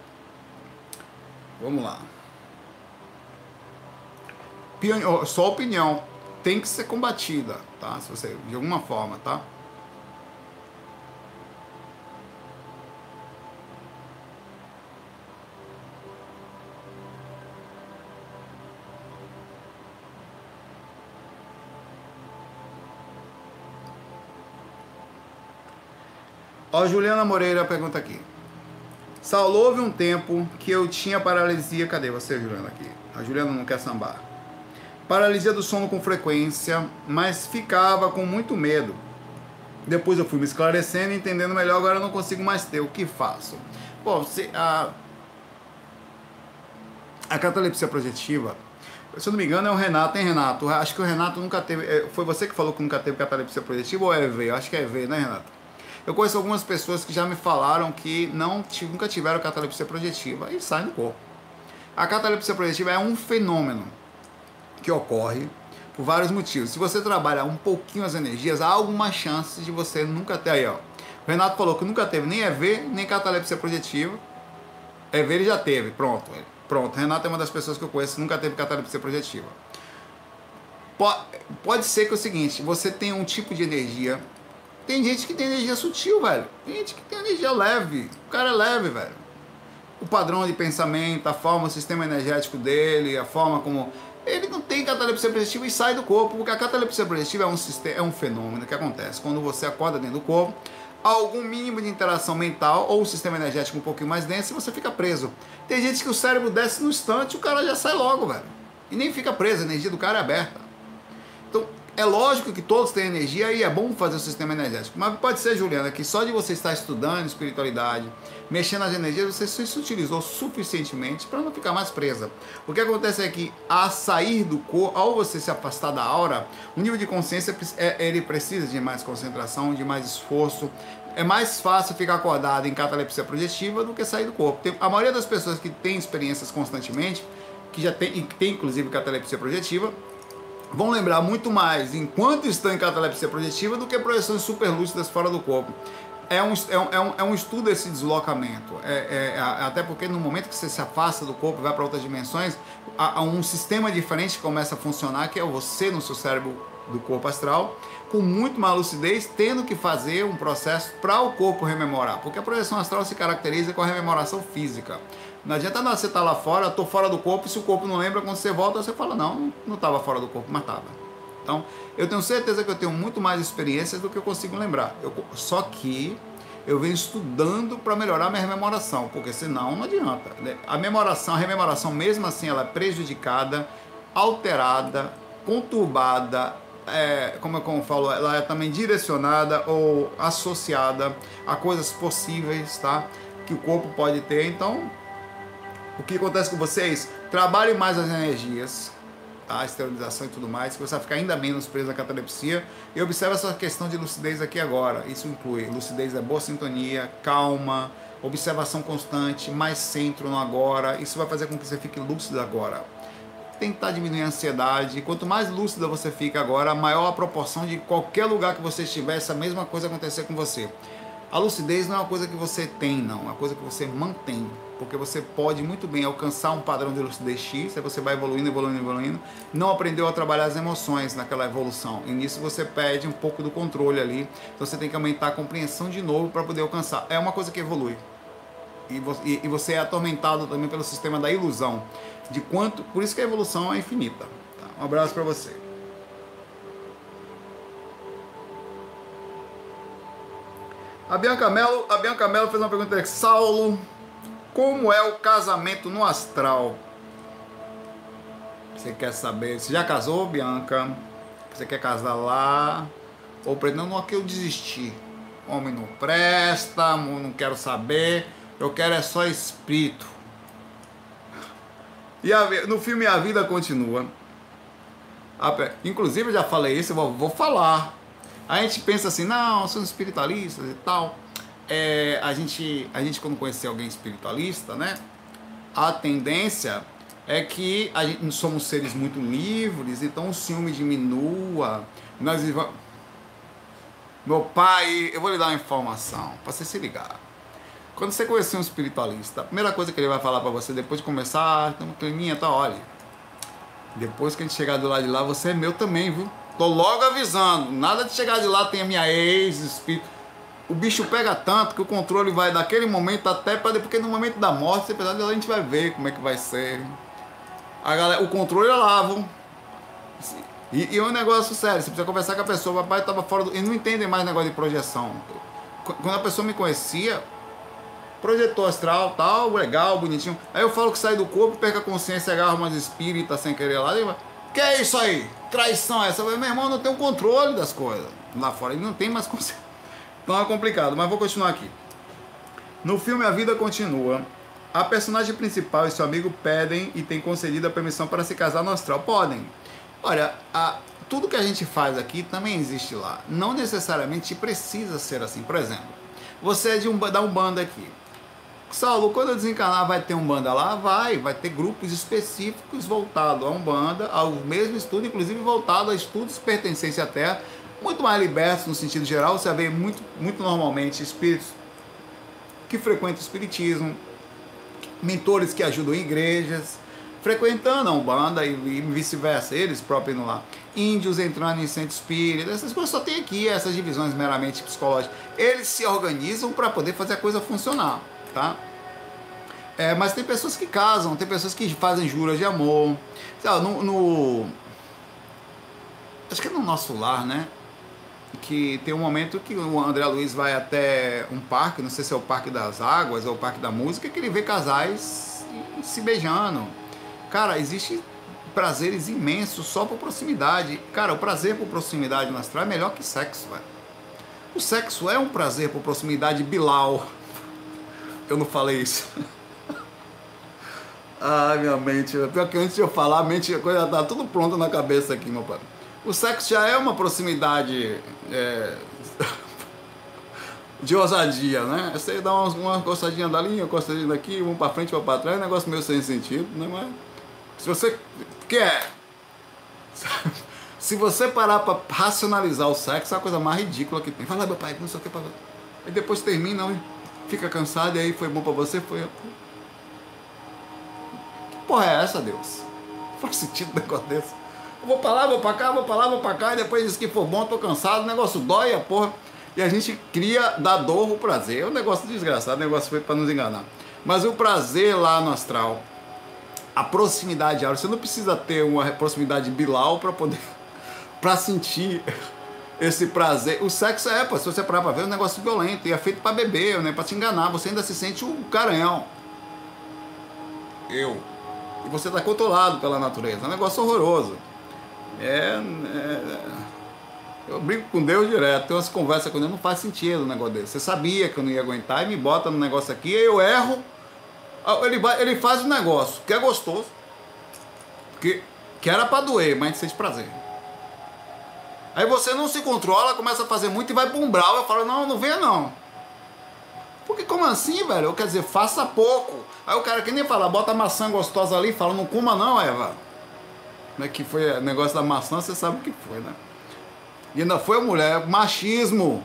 Vamos lá. Só opinião. Tem que ser combatida, tá? Se você, de alguma forma, tá? Ó, Juliana Moreira pergunta aqui. Saulo, houve um tempo que eu tinha paralisia. Cadê você, Juliana, aqui? A Juliana não quer sambar. Paralisia do sono com frequência, mas ficava com muito medo. Depois eu fui me esclarecendo, entendendo melhor, agora eu não consigo mais ter. O que faço? Bom, se a, a catalepsia projetiva, se eu não me engano, é o Renato, hein, Renato? Acho que o Renato nunca teve... Foi você que falou que nunca teve catalepsia projetiva ou é E V? Acho que é E V, né, Renato? Eu conheço algumas pessoas que já me falaram que não, nunca tiveram catalepsia projetiva e saem do corpo. A catalepsia projetiva é um fenômeno que ocorre por vários motivos. Se você trabalha um pouquinho as energias, há alguma chance de você nunca ter. Aí, ó. O Renato falou que nunca teve nem E V, nem catalepsia projetiva. E V ele já teve, pronto. Pronto, Renato é uma das pessoas que eu conheço que nunca teve catalepsia projetiva. Pode, pode ser que é o seguinte, você tem um tipo de energia. Tem gente que tem energia sutil, velho. Tem gente que tem energia leve. O cara é leve, velho. O padrão de pensamento, a forma, o sistema energético dele, a forma como... Ele não tem catalepsia projetiva e sai do corpo, porque a catalepsia projetiva é um, sistema, é um fenômeno que acontece quando você acorda dentro do corpo, há algum mínimo de interação mental ou o sistema energético um pouquinho mais denso e você fica preso. Tem gente que o cérebro desce no instante e o cara já sai logo, velho. E nem fica preso, a energia do cara é aberta. Então, É lógico que todos têm energia e é bom fazer o sistema energético, mas pode ser, Juliana, que só de você estar estudando espiritualidade, mexendo nas energias, você se utilizou suficientemente para não ficar mais presa. O que acontece é que, a sair do corpo, ao você se afastar da aura, o nível de consciência, ele precisa de mais concentração, de mais esforço. É mais fácil ficar acordado em catalepsia projetiva do que sair do corpo. A maioria das pessoas que têm experiências constantemente, que já tem, tem inclusive catalepsia projetiva, vão lembrar muito mais enquanto estão em catalepsia projetiva do que projeções superlúcidas fora do corpo. É um, é um, é um, é um estudo esse deslocamento. É, é, até porque no momento que você se afasta do corpo e vai para outras dimensões, há, há um sistema diferente que começa a funcionar, que é você no seu cérebro do corpo astral, com muito mais lucidez, tendo que fazer um processo para o corpo rememorar. Porque a projeção astral se caracteriza com a rememoração física. Não adianta nada você estar lá fora, estou fora do corpo, e se o corpo não lembra, quando você volta, você fala, não, não estava fora do corpo, mas estava. Então, eu tenho certeza que eu tenho muito mais experiências do que eu consigo lembrar. Eu, só que eu venho estudando para melhorar minha rememoração, porque senão não adianta. A memoração, a rememoração, mesmo assim, ela é prejudicada, alterada, conturbada, é, como eu como falo, ela é também direcionada ou associada a coisas possíveis, tá? Que o corpo pode ter. Então, o que acontece com vocês? Trabalhe mais as energias, tá? A esterilização e tudo mais, que você vai ficar ainda menos preso na catalepsia. E observe essa questão de lucidez aqui agora. Isso inclui lucidez é boa sintonia, calma, observação constante, mais centro no agora. Isso vai fazer com que você fique lúcido agora. Tentar diminuir a ansiedade. Quanto mais lúcida você fica agora, maior a proporção de qualquer lugar que você estiver, essa mesma coisa acontecer com você. A lucidez não é uma coisa que você tem, não. É uma coisa que você mantém. Porque você pode muito bem alcançar um padrão de lucidez X, aí você vai evoluindo, evoluindo, evoluindo. Não aprendeu a trabalhar as emoções naquela evolução. E nisso você perde um pouco do controle ali. Então você tem que aumentar a compreensão de novo para poder alcançar. É uma coisa que evolui. E você é atormentado também pelo sistema da ilusão. De quanto, por isso que a evolução é infinita. Tá? Um abraço para você. A Bianca Mello, a Bianca Mello fez uma pergunta aqui. Saulo, como é o casamento no astral? Você quer saber? Você já casou, Bianca? Você quer casar lá? Ou não, não é que eu desisti. Homem não presta, não quero saber. Eu quero é só espírito. E a, no filme A Vida Continua. Inclusive, eu já falei isso, eu vou, vou falar. A gente pensa assim, não, somos espiritualistas e tal. É, a, gente, a gente, quando conhecer alguém espiritualista, né? A tendência é que a gente, somos seres muito livres, então o ciúme diminua. Nós, meu pai, eu vou lhe dar uma informação, para você se ligar. Quando você conhecer um espiritualista, a primeira coisa que ele vai falar para você, depois de começar, tem uma climinha, tá, olha, depois que a gente chegar do lado de lá, você é meu também, viu? Tô logo avisando, nada de chegar de lá, tem a minha ex, espírito. O bicho pega tanto que o controle vai daquele momento até para depois, porque no momento da morte, você apesar de lá, a gente vai ver como é que vai ser. A galera, o controle é lá, viu? E, e é um negócio sério, você precisa conversar com a pessoa, o papai tava fora do... Eles não entendem mais negócio de projeção. Quando a pessoa me conhecia, projetor astral, tal, legal, bonitinho. Aí eu falo que sai do corpo, perca a consciência, agarra umas espíritas sem querer lá. E que é isso aí? Traição essa? Meu irmão não tem o controle das coisas. Lá fora ele não tem mais consciência. Então é complicado, mas vou continuar aqui. No filme A Vida Continua, a personagem principal e seu amigo pedem e têm concedido a permissão para se casar no astral. Podem. Olha, a, tudo que a gente faz aqui também existe lá. Não necessariamente precisa ser assim. Por exemplo, você é de um, da Umbanda aqui. Saulo, quando eu desencarnar vai ter Umbanda lá? Vai, vai ter grupos específicos voltados a Umbanda, ao mesmo estudo, inclusive voltado a estudos pertencentes à Terra, muito mais libertos no sentido geral. Você vê muito, muito normalmente espíritos que frequentam o espiritismo, mentores que ajudam em igrejas, frequentando a Umbanda e, e vice-versa, eles próprios indo lá. Índios entrando em centro espírita, essas coisas só tem aqui, essas divisões meramente psicológicas. Eles se organizam para poder fazer a coisa funcionar. Tá? É, mas tem pessoas que casam, tem pessoas que fazem juras de amor. No, no, acho que é no Nosso Lar, né? Que tem um momento que o André Luiz vai até um parque, não sei se é o Parque das Águas ou o Parque da Música, que ele vê casais se beijando. Cara, existe prazeres imensos só por proximidade. Cara, o prazer por proximidade no astral é melhor que sexo, velho. O sexo é um prazer por proximidade bilal. Eu não falei isso. Ai, minha mente. Pior que antes de eu falar, a mente, a coisa tá tudo pronta na cabeça aqui, meu pai. O sexo já é uma proximidade é, de ousadia, né? Você dá uma, uma gostadinha dali, uma gostadinha daqui, um pra frente, um pra trás, é um negócio meio sem sentido, né? Mas se você quer... Se você parar pra racionalizar o sexo, é a coisa mais ridícula que tem. Fala, meu pai, não sei o que pra... Aí depois termina, fica cansado, e aí foi bom pra você, foi... Que porra é essa, Deus? Não faz sentido um negócio desse. Eu vou pra lá, vou pra cá, vou pra lá, vou pra cá, e depois diz que for bom, tô cansado, o negócio dói, a porra. E a gente cria da dor o prazer. É um negócio desgraçado, o negócio foi pra nos enganar. Mas o prazer lá no astral, a proximidade áurea, você não precisa ter uma proximidade bilal pra poder... pra sentir esse prazer. O sexo é, pô, se você parar pra ver, é um negócio violento, e é feito pra beber, né, pra te enganar, você ainda se sente um garanhão. Eu. E você tá controlado pela natureza, é um negócio horroroso. É, é... Eu brinco com Deus direto, tem umas conversas com Deus, não faz sentido um negócio desse. Você sabia que eu não ia aguentar e me bota no negócio aqui, aí eu erro, ele, vai, ele faz um negócio que é gostoso, que, que era pra doer, mas a gente sente prazer. Aí você não se controla, começa a fazer muito e vai pra um brau. Eu falo, não, não venha não. Porque como assim, velho? Eu, quer dizer, faça pouco. Aí o cara que nem fala, bota maçã gostosa ali, fala, não coma não, Eva. Né, que foi o negócio da maçã, você sabe o que foi, né? E ainda foi a mulher, machismo.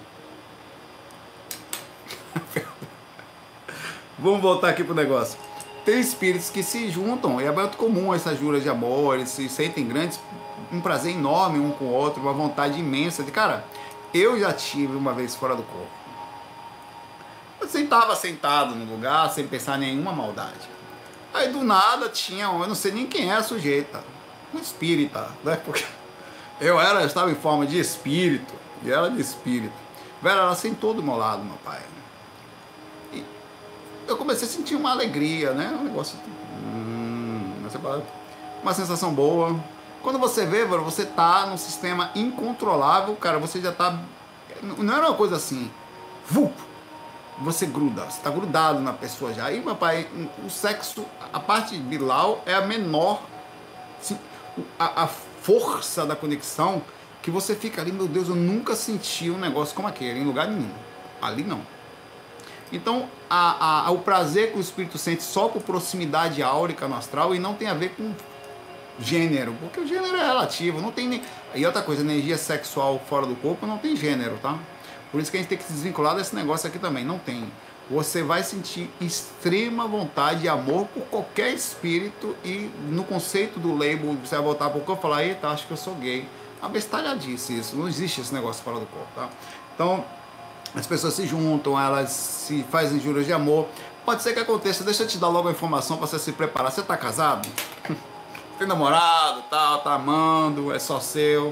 Vamos voltar aqui pro negócio. Tem espíritos que se juntam, e é muito comum essas juras de amor, eles se sentem grandes, um prazer enorme um com o outro, uma vontade imensa de, cara, eu já tive uma vez fora do corpo. Eu sentava sentado no lugar, sem pensar em nenhuma maldade. Aí do nada tinha, eu não sei nem quem é a sujeita, um espírita, né? Porque eu era, eu estava em forma de espírito, e ela de espírito. Velho, ela sentou do meu lado, meu pai. E eu comecei a sentir uma alegria, né? Um negócio, hum, uma sensação boa. Quando você vê, você tá num sistema incontrolável, cara, você já tá... Não era uma coisa assim, vup, você gruda, você tá grudado na pessoa já. Aí, meu pai, o sexo, a parte bilal é a menor, assim, a, a força da conexão, que você fica ali, meu Deus, eu nunca senti um negócio como aquele, em lugar nenhum. Ali não. Então, a, a, o prazer que o espírito sente só por proximidade áurica no astral, e não tem a ver com gênero, porque o gênero é relativo, não tem nem... E outra coisa, energia sexual fora do corpo não tem gênero, tá? Por isso que a gente tem que se desvincular desse negócio aqui também, não tem. Você vai sentir extrema vontade e amor por qualquer espírito, e no conceito do label, você vai voltar para o corpo e falar, eita, acho que eu sou gay. Uma bestalhadice isso, não existe esse negócio fora do corpo, tá? Então, as pessoas se juntam, elas se fazem juras de amor. Pode ser que aconteça, deixa eu te dar logo a informação para você se preparar. Você tá casado? Tem namorado, tal, tá amando, é só seu.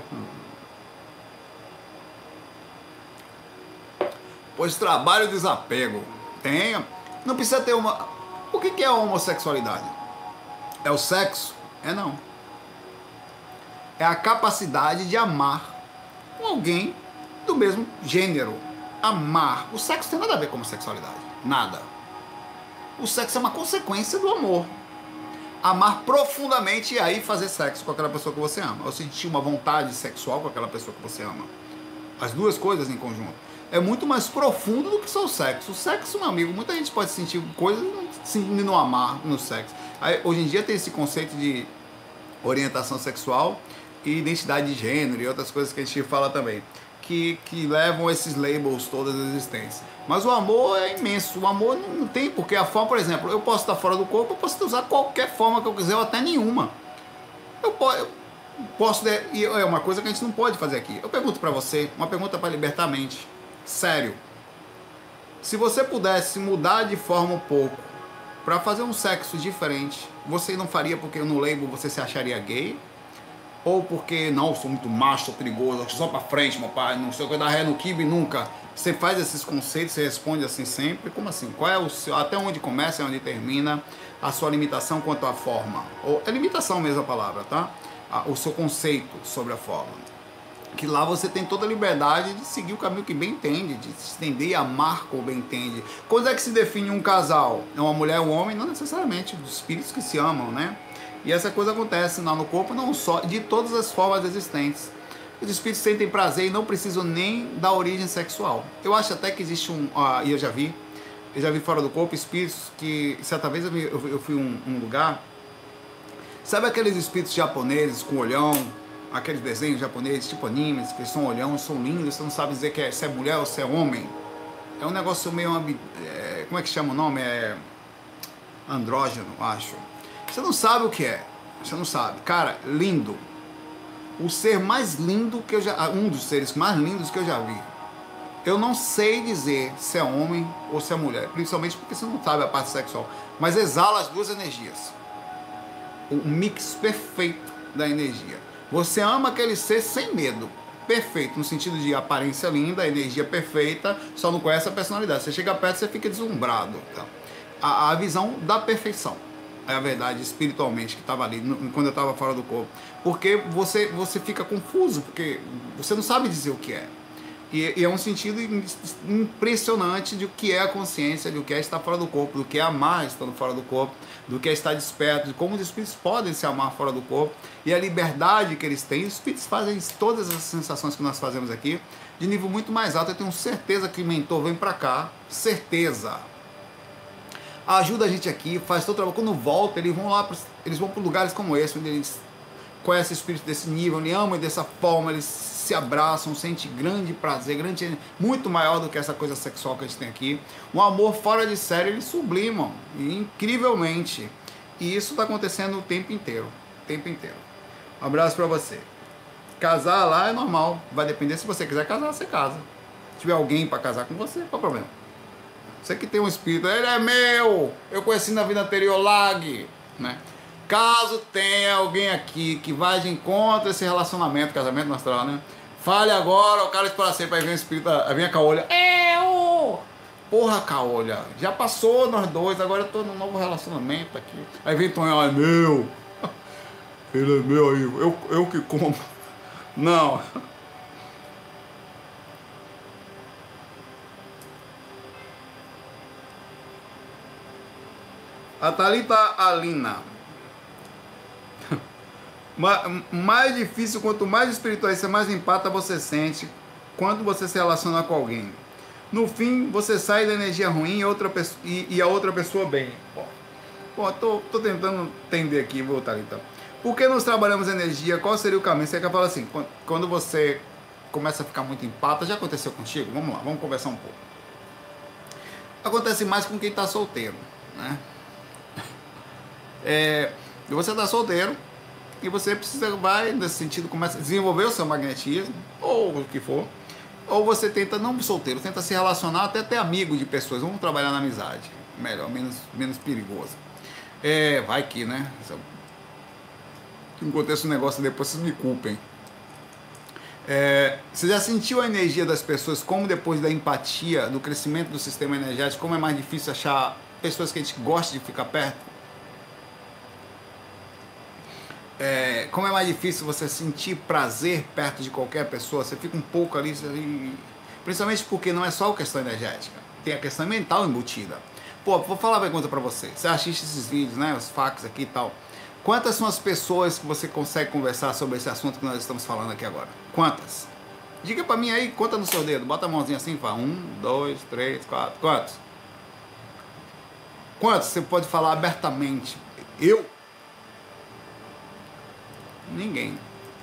Pois trabalho e desapego. Tenha. Não precisa ter uma... O que é a homossexualidade? É o sexo? É não. É a capacidade de amar alguém do mesmo gênero. Amar. O sexo tem nada a ver com homossexualidade. Nada. O sexo é uma consequência do amor. Amar profundamente e aí fazer sexo com aquela pessoa que você ama. Ou sentir uma vontade sexual com aquela pessoa que você ama. As duas coisas em conjunto. É muito mais profundo do que só o sexo. O sexo, meu amigo, muita gente pode sentir coisas e não amar no sexo. Aí, hoje em dia tem esse conceito de orientação sexual e identidade de gênero e outras coisas que a gente fala também. Que, que levam esses labels todas existentes. Mas o amor é imenso. O amor não tem, porque a forma, por exemplo, eu posso estar fora do corpo, eu posso usar qualquer forma que eu quiser, ou até nenhuma. Eu posso, eu posso, e é uma coisa que a gente não pode fazer aqui. Eu pergunto pra você, uma pergunta para libertar a mente. Sério. Se você pudesse mudar de forma um pouco, pra fazer um sexo diferente, você não faria porque no label você se acharia gay? ou porque, não, eu sou muito macho, sou perigoso, só pra frente, meu pai, não sei o que, dar ré no quibe nunca. Você faz esses conceitos, você responde assim sempre, como assim? Qual é o seu, até onde começa e onde termina a sua limitação quanto à forma? Ou é limitação mesmo a palavra, tá? O seu conceito sobre a forma. Que lá você tem toda a liberdade de seguir o caminho que bem entende, de se estender e amar como bem entende. Quando é que se define um casal? É uma mulher ou um homem? Não necessariamente, dos espíritos que se amam, né? E essa coisa acontece lá no corpo, não só, de todas as formas existentes. Os espíritos sentem prazer e não precisam nem da origem sexual. Eu acho até que existe um, uh, e eu já vi, eu já vi fora do corpo espíritos que, certa vez eu, vi, eu, eu fui em um, um lugar, sabe aqueles espíritos japoneses com olhão, aqueles desenhos japoneses, tipo animes, que são olhão, são lindos, você não sabe dizer que é, se é mulher ou se é homem. É um negócio meio, é, como é que chama o nome? É andrógeno, acho. Você não sabe o que é, você não sabe. Cara, lindo. O ser mais lindo que eu já... Um dos seres mais lindos que eu já vi. Eu não sei dizer se é homem ou se é mulher, principalmente porque você não sabe a parte sexual. Mas exala as duas energias. O mix perfeito da energia. Você ama aquele ser sem medo. Perfeito, no sentido de aparência linda, energia perfeita, só não conhece a personalidade. Você chega perto, você fica deslumbrado. Tá? A, a visão da perfeição. É a verdade, espiritualmente, que estava ali, no, quando eu estava fora do corpo. Porque você, você fica confuso, porque você não sabe dizer o que é. E, e é um sentido impressionante de o que é a consciência, de o que é estar fora do corpo, do que é amar estando fora do corpo, do que é estar desperto, de como os espíritos podem se amar fora do corpo, e a liberdade que eles têm. Os espíritos fazem todas as sensações que nós fazemos aqui, de nível muito mais alto. Eu tenho certeza que o mentor vem para cá, certeza. Ajuda a gente aqui, faz todo o trabalho. Quando volta, eles vão lá, eles vão para lugares como esse, onde eles conhecem espíritos desse nível, eles amam dessa forma, eles se abraçam, sentem grande prazer, grande, muito maior do que essa coisa sexual que a gente tem aqui. Um amor fora de série, eles sublimam, incrivelmente. E isso está acontecendo o tempo inteiro, o tempo inteiro. Um abraço para você. Casar lá é normal, vai depender, se você quiser casar, você casa. Se tiver alguém para casar com você, qual o problema? Você que tem um espírito, ele é meu, eu conheci na vida anterior, Lag, né? Caso tenha alguém aqui que vai de encontro a esse relacionamento, casamento no astral, né? Fale agora, o cara espera sempre, aí vem o espírito, aí vem a caolha. Eu! Porra, caolha, já passou nós dois, agora eu tô num novo relacionamento aqui. Aí vem Tonhão, é meu. Ele é meu aí, eu, eu que como. Não. A Thalita Alina. Mais difícil, quanto mais espiritualista, mais empata você sente quando você se relaciona com alguém. No fim, você sai da energia ruim e, outra pessoa, e, e a outra pessoa bem. Bom, tô, tô tentando entender aqui, vou Thalita. Por que nós trabalhamos energia? Qual seria o caminho? Você quer falar assim, quando você começa a ficar muito empata, já aconteceu contigo? Vamos lá, vamos conversar um pouco. Acontece mais com quem está solteiro, né? É, você está solteiro e você precisa, vai nesse sentido, começa a desenvolver o seu magnetismo, ou o que for, ou você tenta, não solteiro, tenta se relacionar, até ter amigo de pessoas, vamos trabalhar na amizade, melhor, menos, menos perigoso. É, vai que, né? Se acontecer um negócio depois, vocês me culpem. É, você já sentiu a energia das pessoas, como depois da empatia, do crescimento do sistema energético, como é mais difícil achar pessoas que a gente gosta de ficar perto? É, como é mais difícil você sentir prazer perto de qualquer pessoa, você fica um pouco ali, principalmente porque não é só a questão energética, tem a questão mental embutida. Pô, vou falar uma pergunta pra você, você assiste esses vídeos, né, os fax aqui e tal, quantas são as pessoas que você consegue conversar sobre esse assunto que nós estamos falando aqui agora? Quantas? Diga pra mim aí, conta no seu dedo, bota a mãozinha assim e fala, um, dois, três, quatro, quantos? Quantos você pode falar abertamente? Eu? Ninguém.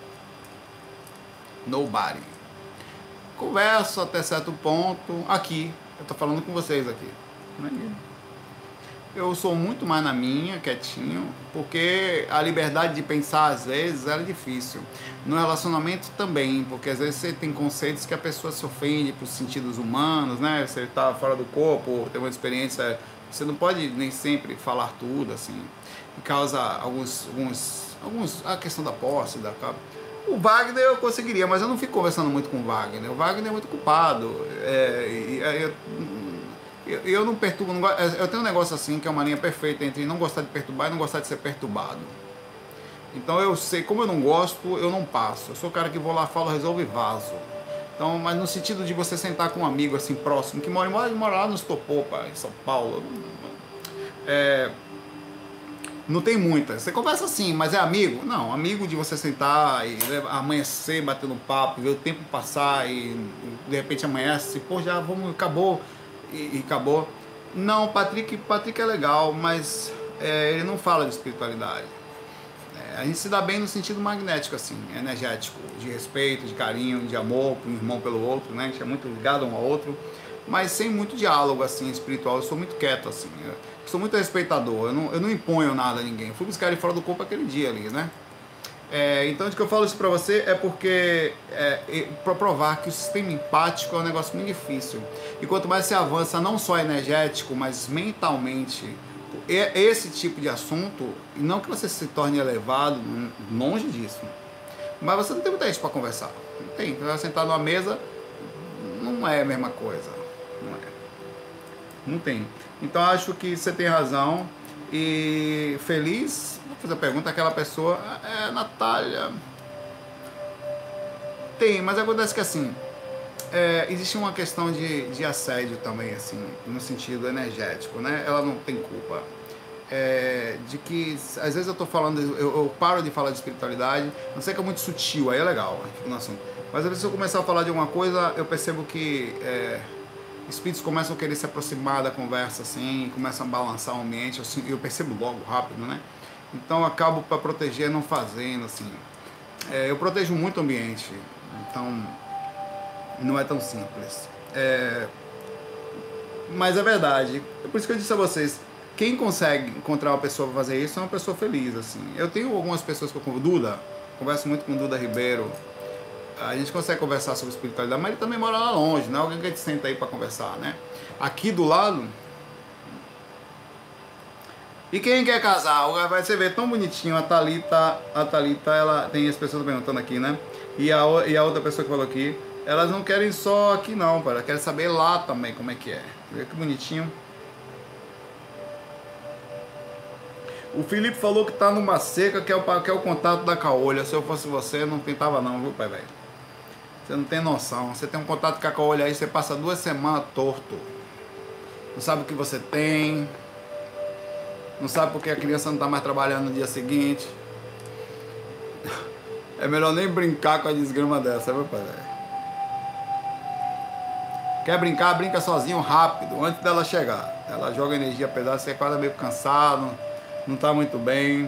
Nobody. Converso até certo ponto. Aqui. Eu tô falando com vocês aqui. Ninguém. Eu sou muito mais na minha, quietinho, porque a liberdade de pensar às vezes era difícil. No relacionamento também, porque às vezes você tem conceitos que a pessoa se ofende por sentidos humanos, né? Você tá fora do corpo, tem uma experiência Você não pode nem sempre falar tudo, assim, que causa alguns, alguns, alguns, a questão da posse, da o Wagner eu conseguiria, mas eu não fico conversando muito com o Wagner. O Wagner é muito culpado. É, e, eu, eu, eu não perturbo, não, eu tenho um negócio assim que é uma linha perfeita entre não gostar de perturbar e não gostar de ser perturbado. Então eu sei, como eu não gosto, eu não passo. Eu sou o cara que vou lá, falo, resolvo e vazo. Então, mas no sentido de você sentar com um amigo assim próximo, que mora, mora, mora lá nos Topopa, em São Paulo, é, não tem muita. Você conversa assim, mas é amigo? Não, amigo de você sentar e amanhecer, bater no papo, ver o tempo passar e de repente amanhece, pô, já vamos, acabou e, e acabou. Não, Patrick, Patrick é legal, mas é, ele não fala de espiritualidade. A gente se dá bem no sentido magnético, assim, energético, de respeito, de carinho, de amor para um irmão pelo outro, né? A gente é muito ligado um ao outro, mas sem muito diálogo, assim, espiritual. Eu sou muito quieto, assim, eu sou muito respeitador, eu não, eu não imponho nada a ninguém. Eu fui buscar ele fora do corpo aquele dia ali, né? É, então, de que eu falo isso para você é porque, é, é, para provar que o sistema empático é um negócio muito difícil. E quanto mais você avança, não só energético, mas mentalmente, esse tipo de assunto, não que você se torne elevado, longe disso, mas você não tem muita gente para conversar. Não tem. Você vai sentar numa mesa, não é a mesma coisa. Não é. Não tem. Então acho que você tem razão. E feliz, vou fazer a pergunta, aquela pessoa, é Natália. Tem, mas acontece que assim, é, existe uma questão de, de assédio também, assim, no sentido energético, né? Ela não tem culpa. É, de que, às vezes eu tô falando, eu, eu paro de falar de espiritualidade, não sei que é muito sutil, aí é legal, fico no assunto. Mas às vezes se eu começar a falar de alguma coisa, eu percebo que é, espíritos começam a querer se aproximar da conversa, assim, começam a balançar o ambiente, assim, eu percebo logo, rápido, né? Então eu acabo para proteger não fazendo, assim. É, eu protejo muito o ambiente, então não é tão simples. É, mas é verdade. É por isso que eu disse a vocês, quem consegue encontrar uma pessoa para fazer isso é uma pessoa feliz, assim. Eu tenho algumas pessoas que eu convido, Duda, converso muito com o Duda Ribeiro, a gente consegue conversar sobre espiritualidade, mas ele também mora lá longe, não é alguém que a gente senta aí para conversar, né? Aqui do lado. E quem quer casar? Vai você ver tão bonitinho, a Thalita, a Thalita, ela tem as pessoas perguntando aqui, né? E a, e a outra pessoa que falou aqui, elas não querem só aqui não, para querem saber lá também como é que é. Vê que bonitinho. O Felipe falou que tá numa seca, que é o, que é o contato da caolha. Se eu fosse você, não pintava não, viu, pai velho? Você não tem noção. Você tem um contato com a caolha aí, você passa duas semanas torto. Não sabe o que você tem. Não sabe porque a criança não tá mais trabalhando no dia seguinte. É melhor nem brincar com a desgrama dessa, viu, pai velho? Quer brincar, brinca sozinho rápido, antes dela chegar. Ela joga energia pesada, você acorda meio cansado, não tá muito bem.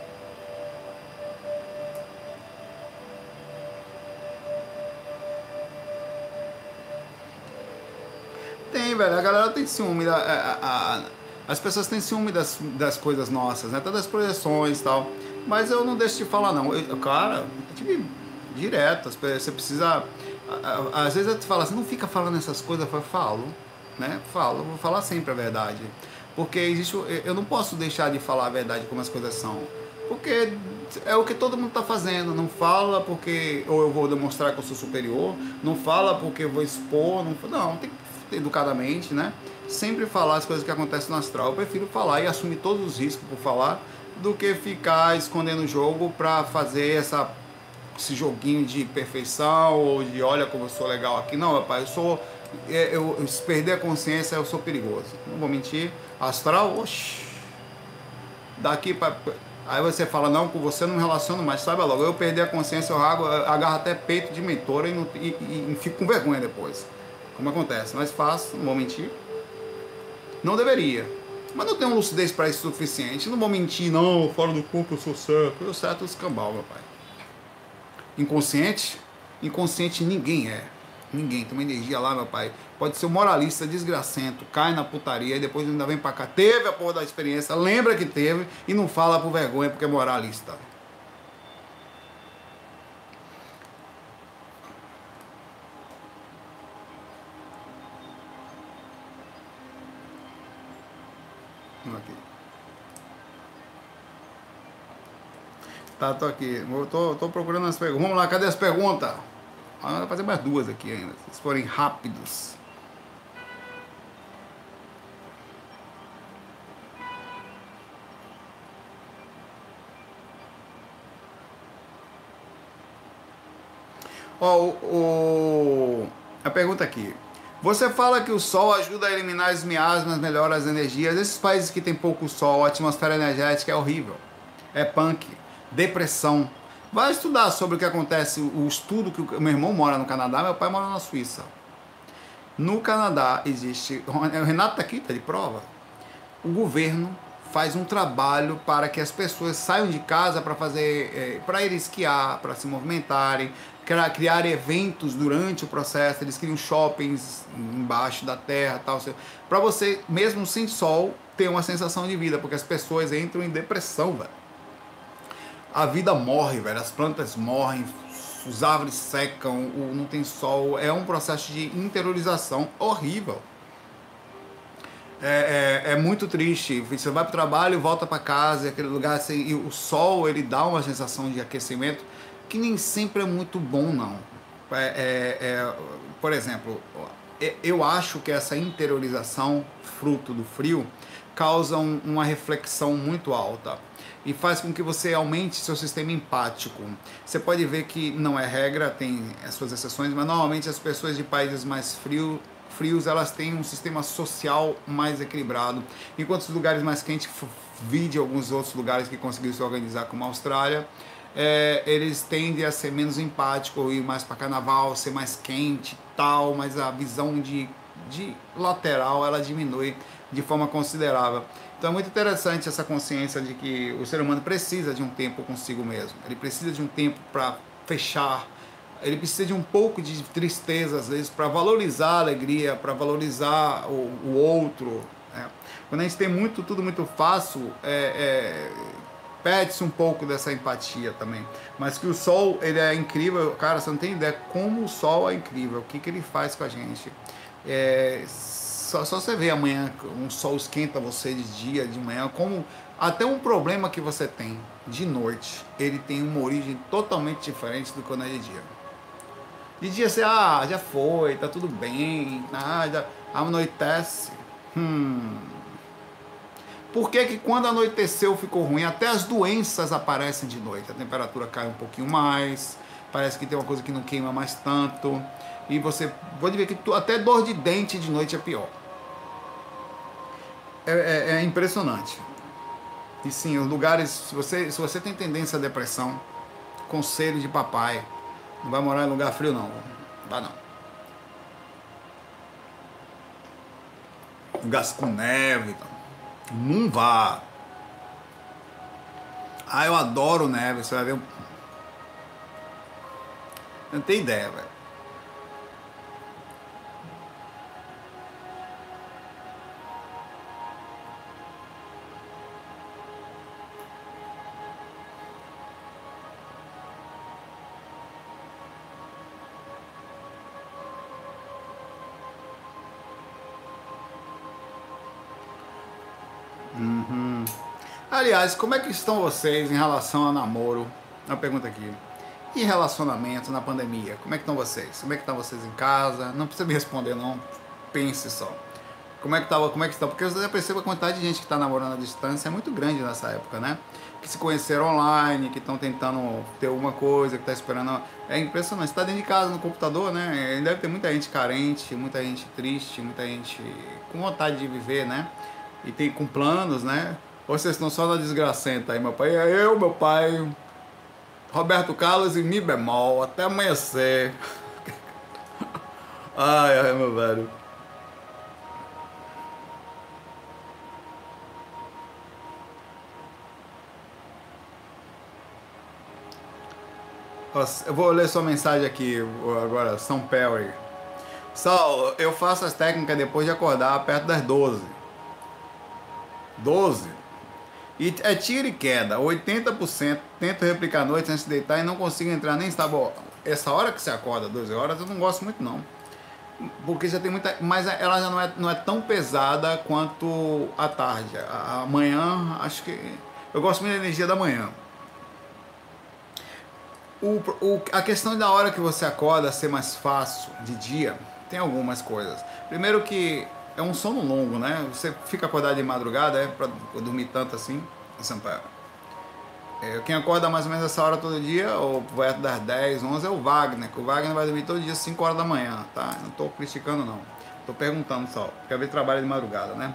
Tem, velho, a galera tem ciúme, da, a, a, a, as pessoas têm ciúme das, das coisas nossas, né, até das projeções e tal, mas eu não deixo de falar não, eu, cara, eu tive direto, você precisa, a, a, às vezes eu te falo assim, não fica falando essas coisas, eu falo, né, falo, vou falar sempre a verdade, porque existe, eu não posso deixar de falar a verdade como as coisas são, porque é o que todo mundo está fazendo, não fala porque ou eu vou demonstrar que eu sou superior, não fala porque eu vou expor, não, não tem que educadamente, né? Sempre falar as coisas que acontecem no astral. Eu prefiro falar e assumir todos os riscos por falar do que ficar escondendo o jogo para fazer essa, esse joguinho de perfeição ou de olha como eu sou legal aqui. Não, rapaz, eu sou. Eu, eu, se perder a consciência, eu sou perigoso. Não vou mentir. Astral, oxi. Daqui para. Aí você fala, não, com você não me relaciono mais, sabe logo. Eu perder a consciência, eu agarro, eu agarro até peito de mentora e, não, e, e, e fico com vergonha depois. Como acontece, mas faço, não vou mentir. Não deveria. Mas não tenho lucidez para isso suficiente. Não vou mentir, não, fora do corpo eu sou certo. Eu certo os cambal, meu pai. Inconsciente? Inconsciente ninguém é. Ninguém. Tem uma energia lá, meu pai. Pode ser um moralista desgracento, cai na putaria e depois ainda vem pra cá. Teve a porra da experiência, lembra que teve e não fala por vergonha porque é moralista. Tá, tô aqui. Eu tô, tô procurando as perguntas. Vamos lá, cadê as perguntas? Ah, vou fazer mais duas aqui ainda, se forem rápidos. Ó, o, o- a pergunta aqui. Você fala que o sol ajuda a eliminar as miasmas, melhora as energias. Esses países que tem pouco sol, a atmosfera energética é horrível. É punk, depressão. Vai estudar sobre o que acontece, o estudo que o meu irmão mora no Canadá, meu pai mora na Suíça. No Canadá existe, o Renato tá aqui, tá de prova. O governo faz um trabalho para que as pessoas saiam de casa para fazer, é, para ir esquiar, para se movimentarem, criar, criar eventos durante o processo. Eles criam shoppings embaixo da terra, tal, para você, mesmo sem sol, ter uma sensação de vida, porque as pessoas entram em depressão, velho. A vida morre, velho. As plantas morrem, os árvores secam, o, não tem sol. É um processo de interiorização horrível. É, é, é muito triste. Você vai para o trabalho, volta para casa, aquele lugar assim, e o sol ele dá uma sensação de aquecimento que nem sempre é muito bom, não. É, é, é, por exemplo, eu acho que essa interiorização, fruto do frio, causa um, uma reflexão muito alta e faz com que você aumente seu sistema empático. Você pode ver que não é regra, tem as suas exceções, mas normalmente as pessoas de países mais frios frios, elas têm um sistema social mais equilibrado, enquanto os lugares mais quentes, vide alguns outros lugares que conseguiram se organizar, como a Austrália, é, eles tendem a ser menos empáticos, ir mais para carnaval, ser mais quente e tal, mas a visão de, de lateral, ela diminui de forma considerável. Então é muito interessante essa consciência de que o ser humano precisa de um tempo consigo mesmo, ele precisa de um tempo para fechar. Ele precisa de um pouco de tristeza, às vezes, para valorizar a alegria, para valorizar o, o outro. Né? Quando a gente tem muito, tudo muito fácil, é, é, perde-se um pouco dessa empatia também. Mas que o sol, ele é incrível. Cara, você não tem ideia como o sol é incrível. O que, que ele faz com a gente. É, só, só você vê amanhã, um sol esquenta você de dia, de manhã, como até um problema que você tem de noite, ele tem uma origem totalmente diferente do que quando é de dia. De dia você, ah, já foi, tá tudo bem, ah, já anoitece. Hum. Por que que quando anoiteceu ficou ruim? Até as doenças aparecem de noite. A temperatura cai um pouquinho mais, parece que tem uma coisa que não queima mais tanto. E você pode ver que tu, até dor de dente de noite é pior. É, é, é impressionante. E sim, os lugares, se você, se você tem tendência à depressão, conselho de papai, não vai morar em lugar frio não, não vai não. Lugares com neve, então. Não vá. Ah, eu adoro neve, você vai ver. Não tem ideia, velho. Uhum. Aliás, como é que estão vocês em relação a namoro? Uma pergunta aqui. E relacionamento na pandemia? Como é que estão vocês? Como é que estão vocês em casa? Não precisa me responder não, pense só. Como é que tá, como é que está? Porque você já percebe a quantidade de gente que está namorando à distância é muito grande nessa época, né? Que se conheceram online, que estão tentando ter alguma coisa, que está esperando. É impressionante. Você está dentro de casa, no computador, né? Deve ter muita gente carente, muita gente triste, muita gente com vontade de viver, né? E tem com planos, né? Ou vocês estão só na desgracenta aí, meu pai? Eu, meu pai, Roberto Carlos e Mi bemol, até amanhecer. Ai, ai, meu velho. Eu vou ler sua mensagem aqui agora, São Perry. Sal, eu faço as técnicas depois de acordar perto das doze. doze? E é tiro e queda, oitenta por cento. Tento replicar a noite antes de deitar e não consigo entrar nem estar bom. Essa hora que você acorda, doze horas, eu não gosto muito não. Porque já tem muita. Mas ela já não é, não é tão pesada quanto a tarde. A, a manhã, acho que. Eu gosto muito da energia da manhã. O, o, a questão da hora que você acorda ser mais fácil de dia, tem algumas coisas. Primeiro que é um sono longo, né? Você fica acordado de madrugada, é pra dormir tanto assim, Sampaio. É, quem acorda mais ou menos essa hora todo dia, ou vai das dez, onze, é o Wagner, que o Wagner vai dormir todo dia às cinco horas da manhã, tá? Não tô criticando não, tô perguntando só, porque às vezes trabalha de madrugada, né?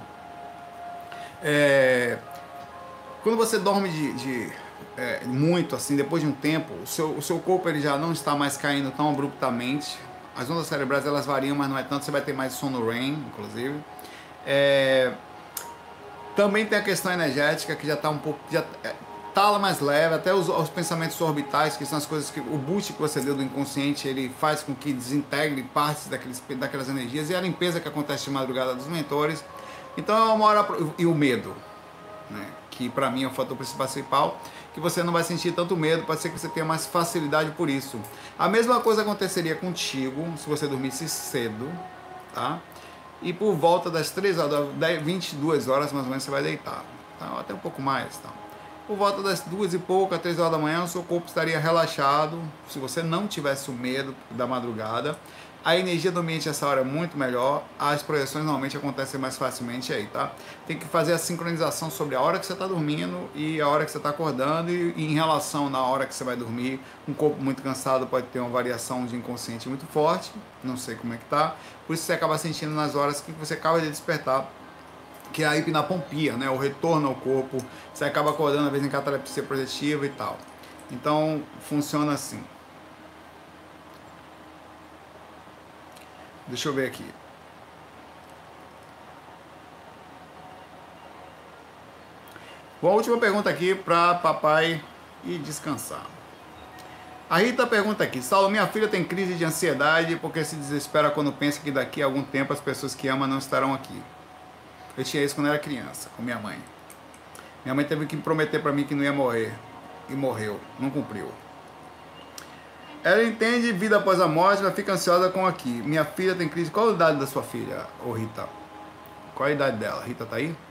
É, quando você dorme de, de é, muito, assim, depois de um tempo, o seu, o seu corpo ele já não está mais caindo tão abruptamente, as ondas cerebrais elas variam, mas não é tanto, você vai ter mais sono R E M, inclusive. É, também tem a questão energética, que já está um pouco... Já, é, tala mais leve, até os, os pensamentos orbitais, que são as coisas que o boost que você deu do inconsciente, ele faz com que desintegre partes daqueles, daquelas energias, e a limpeza que acontece de madrugada dos mentores. Então é uma hora... E o medo, né? Que para mim é o fator principal, que você não vai sentir tanto medo, pode ser que você tenha mais facilidade por isso. A mesma coisa aconteceria contigo, se você dormisse cedo, tá? E por volta das três horas, vinte e duas horas mais ou menos você vai deitar, tá? Até um pouco mais, tá? Por volta das duas e pouca, três horas da manhã, o seu corpo estaria relaxado, se você não tivesse o medo da madrugada. A energia do ambiente essa hora é muito melhor, as projeções normalmente acontecem mais facilmente aí, tá? Tem que fazer a sincronização sobre a hora que você está dormindo e a hora que você está acordando, e, e em relação na hora que você vai dormir, um corpo muito cansado pode ter uma variação de inconsciente muito forte, não sei como é que tá, por isso você acaba sentindo nas horas que você acaba de despertar, que é a hipnapompia, né? O retorno ao corpo, você acaba acordando às vezes em catalepsia projetiva e tal. Então, funciona assim. Deixa eu ver aqui. Bom, a última pergunta aqui para papai ir descansar. A Rita pergunta aqui: Saulo, minha filha tem crise de ansiedade porque se desespera quando pensa que daqui a algum tempo as pessoas que ama não estarão aqui. Eu tinha isso quando eu era criança, com minha mãe. Minha mãe teve que prometer para mim que não ia morrer. E morreu, não cumpriu. Ela entende vida após a morte, mas fica ansiosa com aqui. Minha filha tem crise. Qual a idade da sua filha, ô Rita? Qual a idade dela? Rita tá aí?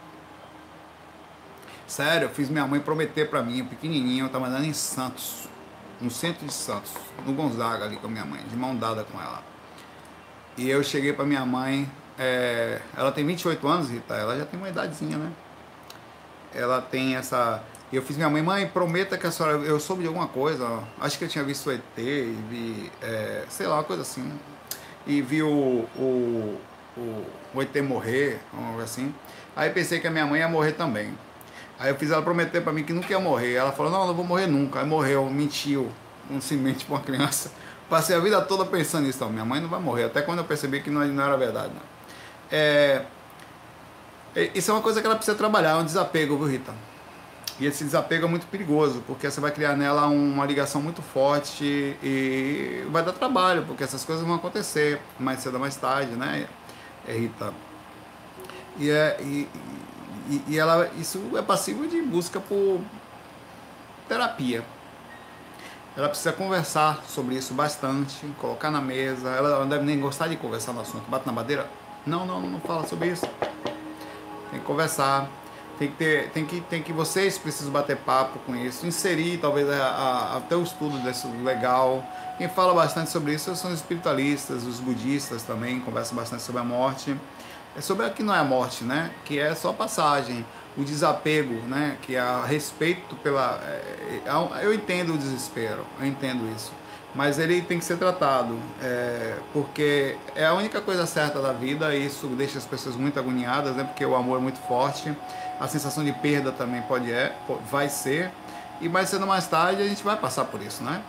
Sério, eu fiz minha mãe prometer pra mim, pequenininho, eu tava andando em Santos, no centro de Santos, no Gonzaga ali com a minha mãe, de mão dada com ela. E eu cheguei pra minha mãe, é, ela tem vinte e oito anos, Rita, ela já tem uma idadezinha, né? Ela tem essa... E eu fiz minha mãe, mãe, prometa que a senhora... Eu soube de alguma coisa, ó, acho que eu tinha visto o E T, e vi, é, sei lá, uma coisa assim. E vi o, o, o, o E T morrer, algo assim. Aí pensei que a minha mãe ia morrer também. Aí eu fiz ela prometer pra mim que nunca ia morrer. Ela falou, não, não vou morrer nunca. Aí morreu, mentiu. Não se mente pra uma criança. Passei a vida toda pensando nisso, ó, minha mãe não vai morrer. Até quando eu percebi que não, não era verdade, não. É, isso é uma coisa que ela precisa trabalhar, é um desapego, viu, Rita? E esse desapego é muito perigoso, porque você vai criar nela uma ligação muito forte e vai dar trabalho, porque essas coisas vão acontecer mais cedo ou mais tarde, né, Rita? E, é, e, e, e ela, isso é passivo de busca por terapia. Ela precisa conversar sobre isso bastante, colocar na mesa. Ela não deve nem gostar de conversar no assunto. Bate na madeira? Não, não, não fala sobre isso. Tem que conversar. Tem que, ter, tem, que, tem que vocês precisam bater papo com isso, inserir talvez a, a, até o estudo desse legal. Quem fala bastante sobre isso são os espiritualistas, os budistas também, conversam bastante sobre a morte. É sobre a que não é a morte, né? Que é só passagem, o desapego, né? Que é a respeito pela... É, é, eu entendo o desespero, eu entendo isso. Mas ele tem que ser tratado, é, porque é a única coisa certa da vida, e isso deixa as pessoas muito agoniadas, né? Porque o amor é muito forte. A sensação de perda também pode é, vai ser, e mais cedo ou mais tarde a gente vai passar por isso, né?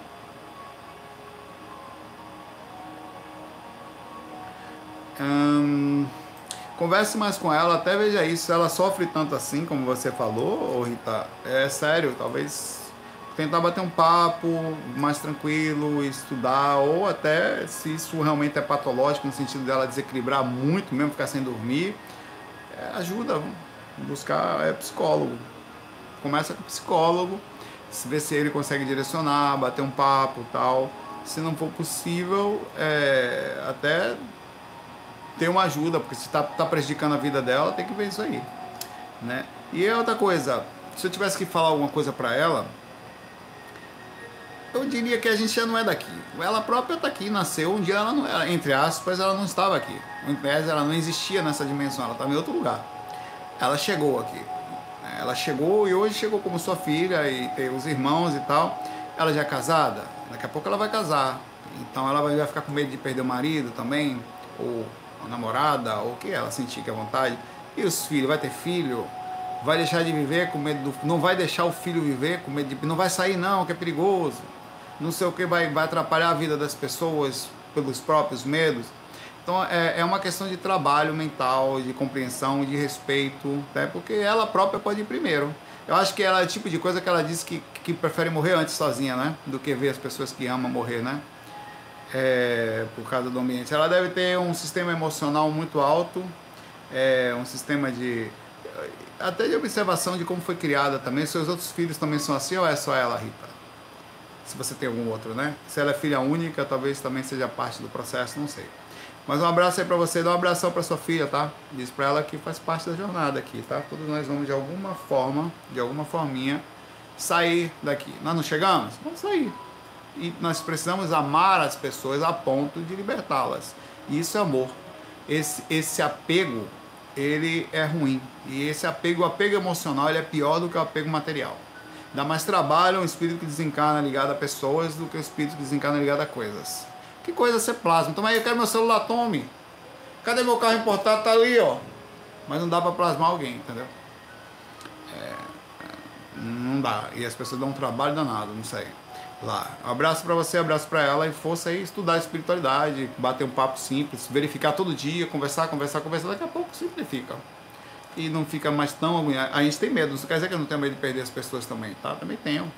Hum, converse mais com ela, até veja isso, se ela sofre tanto assim como você falou, ô Rita, é sério, talvez tentar bater um papo mais tranquilo, estudar, ou até se isso realmente é patológico, no sentido dela desequilibrar muito, mesmo ficar sem dormir, é, ajuda, buscar é, psicólogo. Começa com o psicólogo, ver se ele consegue direcionar, bater um papo e tal. Se não for possível, é, até ter uma ajuda, porque se está tá prejudicando a vida dela, tem que ver isso aí, né? E outra coisa, se eu tivesse que falar alguma coisa para ela, eu diria que a gente já não é daqui. Ela própria está aqui, nasceu, um dia ela não era, entre aspas, ela não estava aqui. Em tese, ela não existia nessa dimensão, ela estava em outro lugar. Ela chegou aqui. Ela chegou e hoje chegou como sua filha e tem os irmãos e tal. Ela já é casada? Daqui a pouco ela vai casar. Então ela vai ficar com medo de perder o marido também, ou a namorada, ou o que ela sentir que é vontade. E os filhos, vai ter filho? Vai deixar de viver com medo do... Não vai deixar o filho viver com medo de... Não vai sair não, que é perigoso. Não sei o que, vai, vai atrapalhar a vida das pessoas pelos próprios medos. Então é, é uma questão de trabalho mental, de compreensão, de respeito, né? Porque ela própria pode ir primeiro. Eu acho que ela é o tipo de coisa que ela diz que, que prefere morrer antes sozinha, né? Do que ver as pessoas que amam morrer, né? É, por causa do ambiente. Ela deve ter um sistema emocional muito alto, é, um sistema de... até de observação de como foi criada também. Seus outros filhos também são assim ou é só ela, Rita? Se você tem algum outro, né? Se ela é filha única, talvez também seja parte do processo, não sei. Mas um abraço aí pra você, dá um abração pra sua filha, tá? Diz pra ela que faz parte da jornada aqui, tá? Todos nós vamos de alguma forma, de alguma forminha, sair daqui. Nós não chegamos? Vamos sair. E nós precisamos amar as pessoas a ponto de libertá-las. E isso é amor. Esse, esse apego, ele é ruim. E esse apego, o apego emocional, ele é pior do que o apego material. Dá mais trabalho um espírito que desencarna ligado a pessoas do que o espírito que desencarna ligado a coisas. Que coisa você plasma? Toma aí, eu quero meu celular, tome. Cadê meu carro importado? Tá ali, ó. Mas não dá pra plasmar alguém, entendeu? É, não dá. E as pessoas dão um trabalho danado, não sei. Lá. Um abraço pra você, um abraço pra ela e força aí estudar a espiritualidade, bater um papo simples, verificar todo dia, conversar, conversar, conversar. Daqui a pouco simplifica. E não fica mais tão agoniado. A gente tem medo, não quer dizer que eu não tenho medo de perder as pessoas também, tá? Também tenho.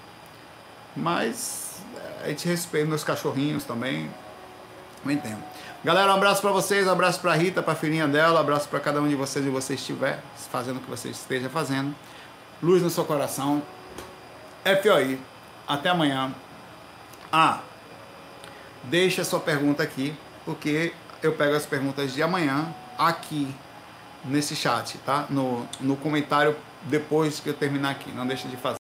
Mas a gente respeita meus cachorrinhos também. Também tenho. Galera, um abraço pra vocês, um abraço pra Rita, pra filhinha dela, um abraço pra cada um de vocês, onde você estiver, fazendo o que você esteja fazendo. Luz no seu coração. F O I. Até amanhã. Ah, deixa a sua pergunta aqui, porque eu pego as perguntas de amanhã aqui nesse chat, tá? No, no comentário depois que eu terminar aqui. Não deixa de fazer.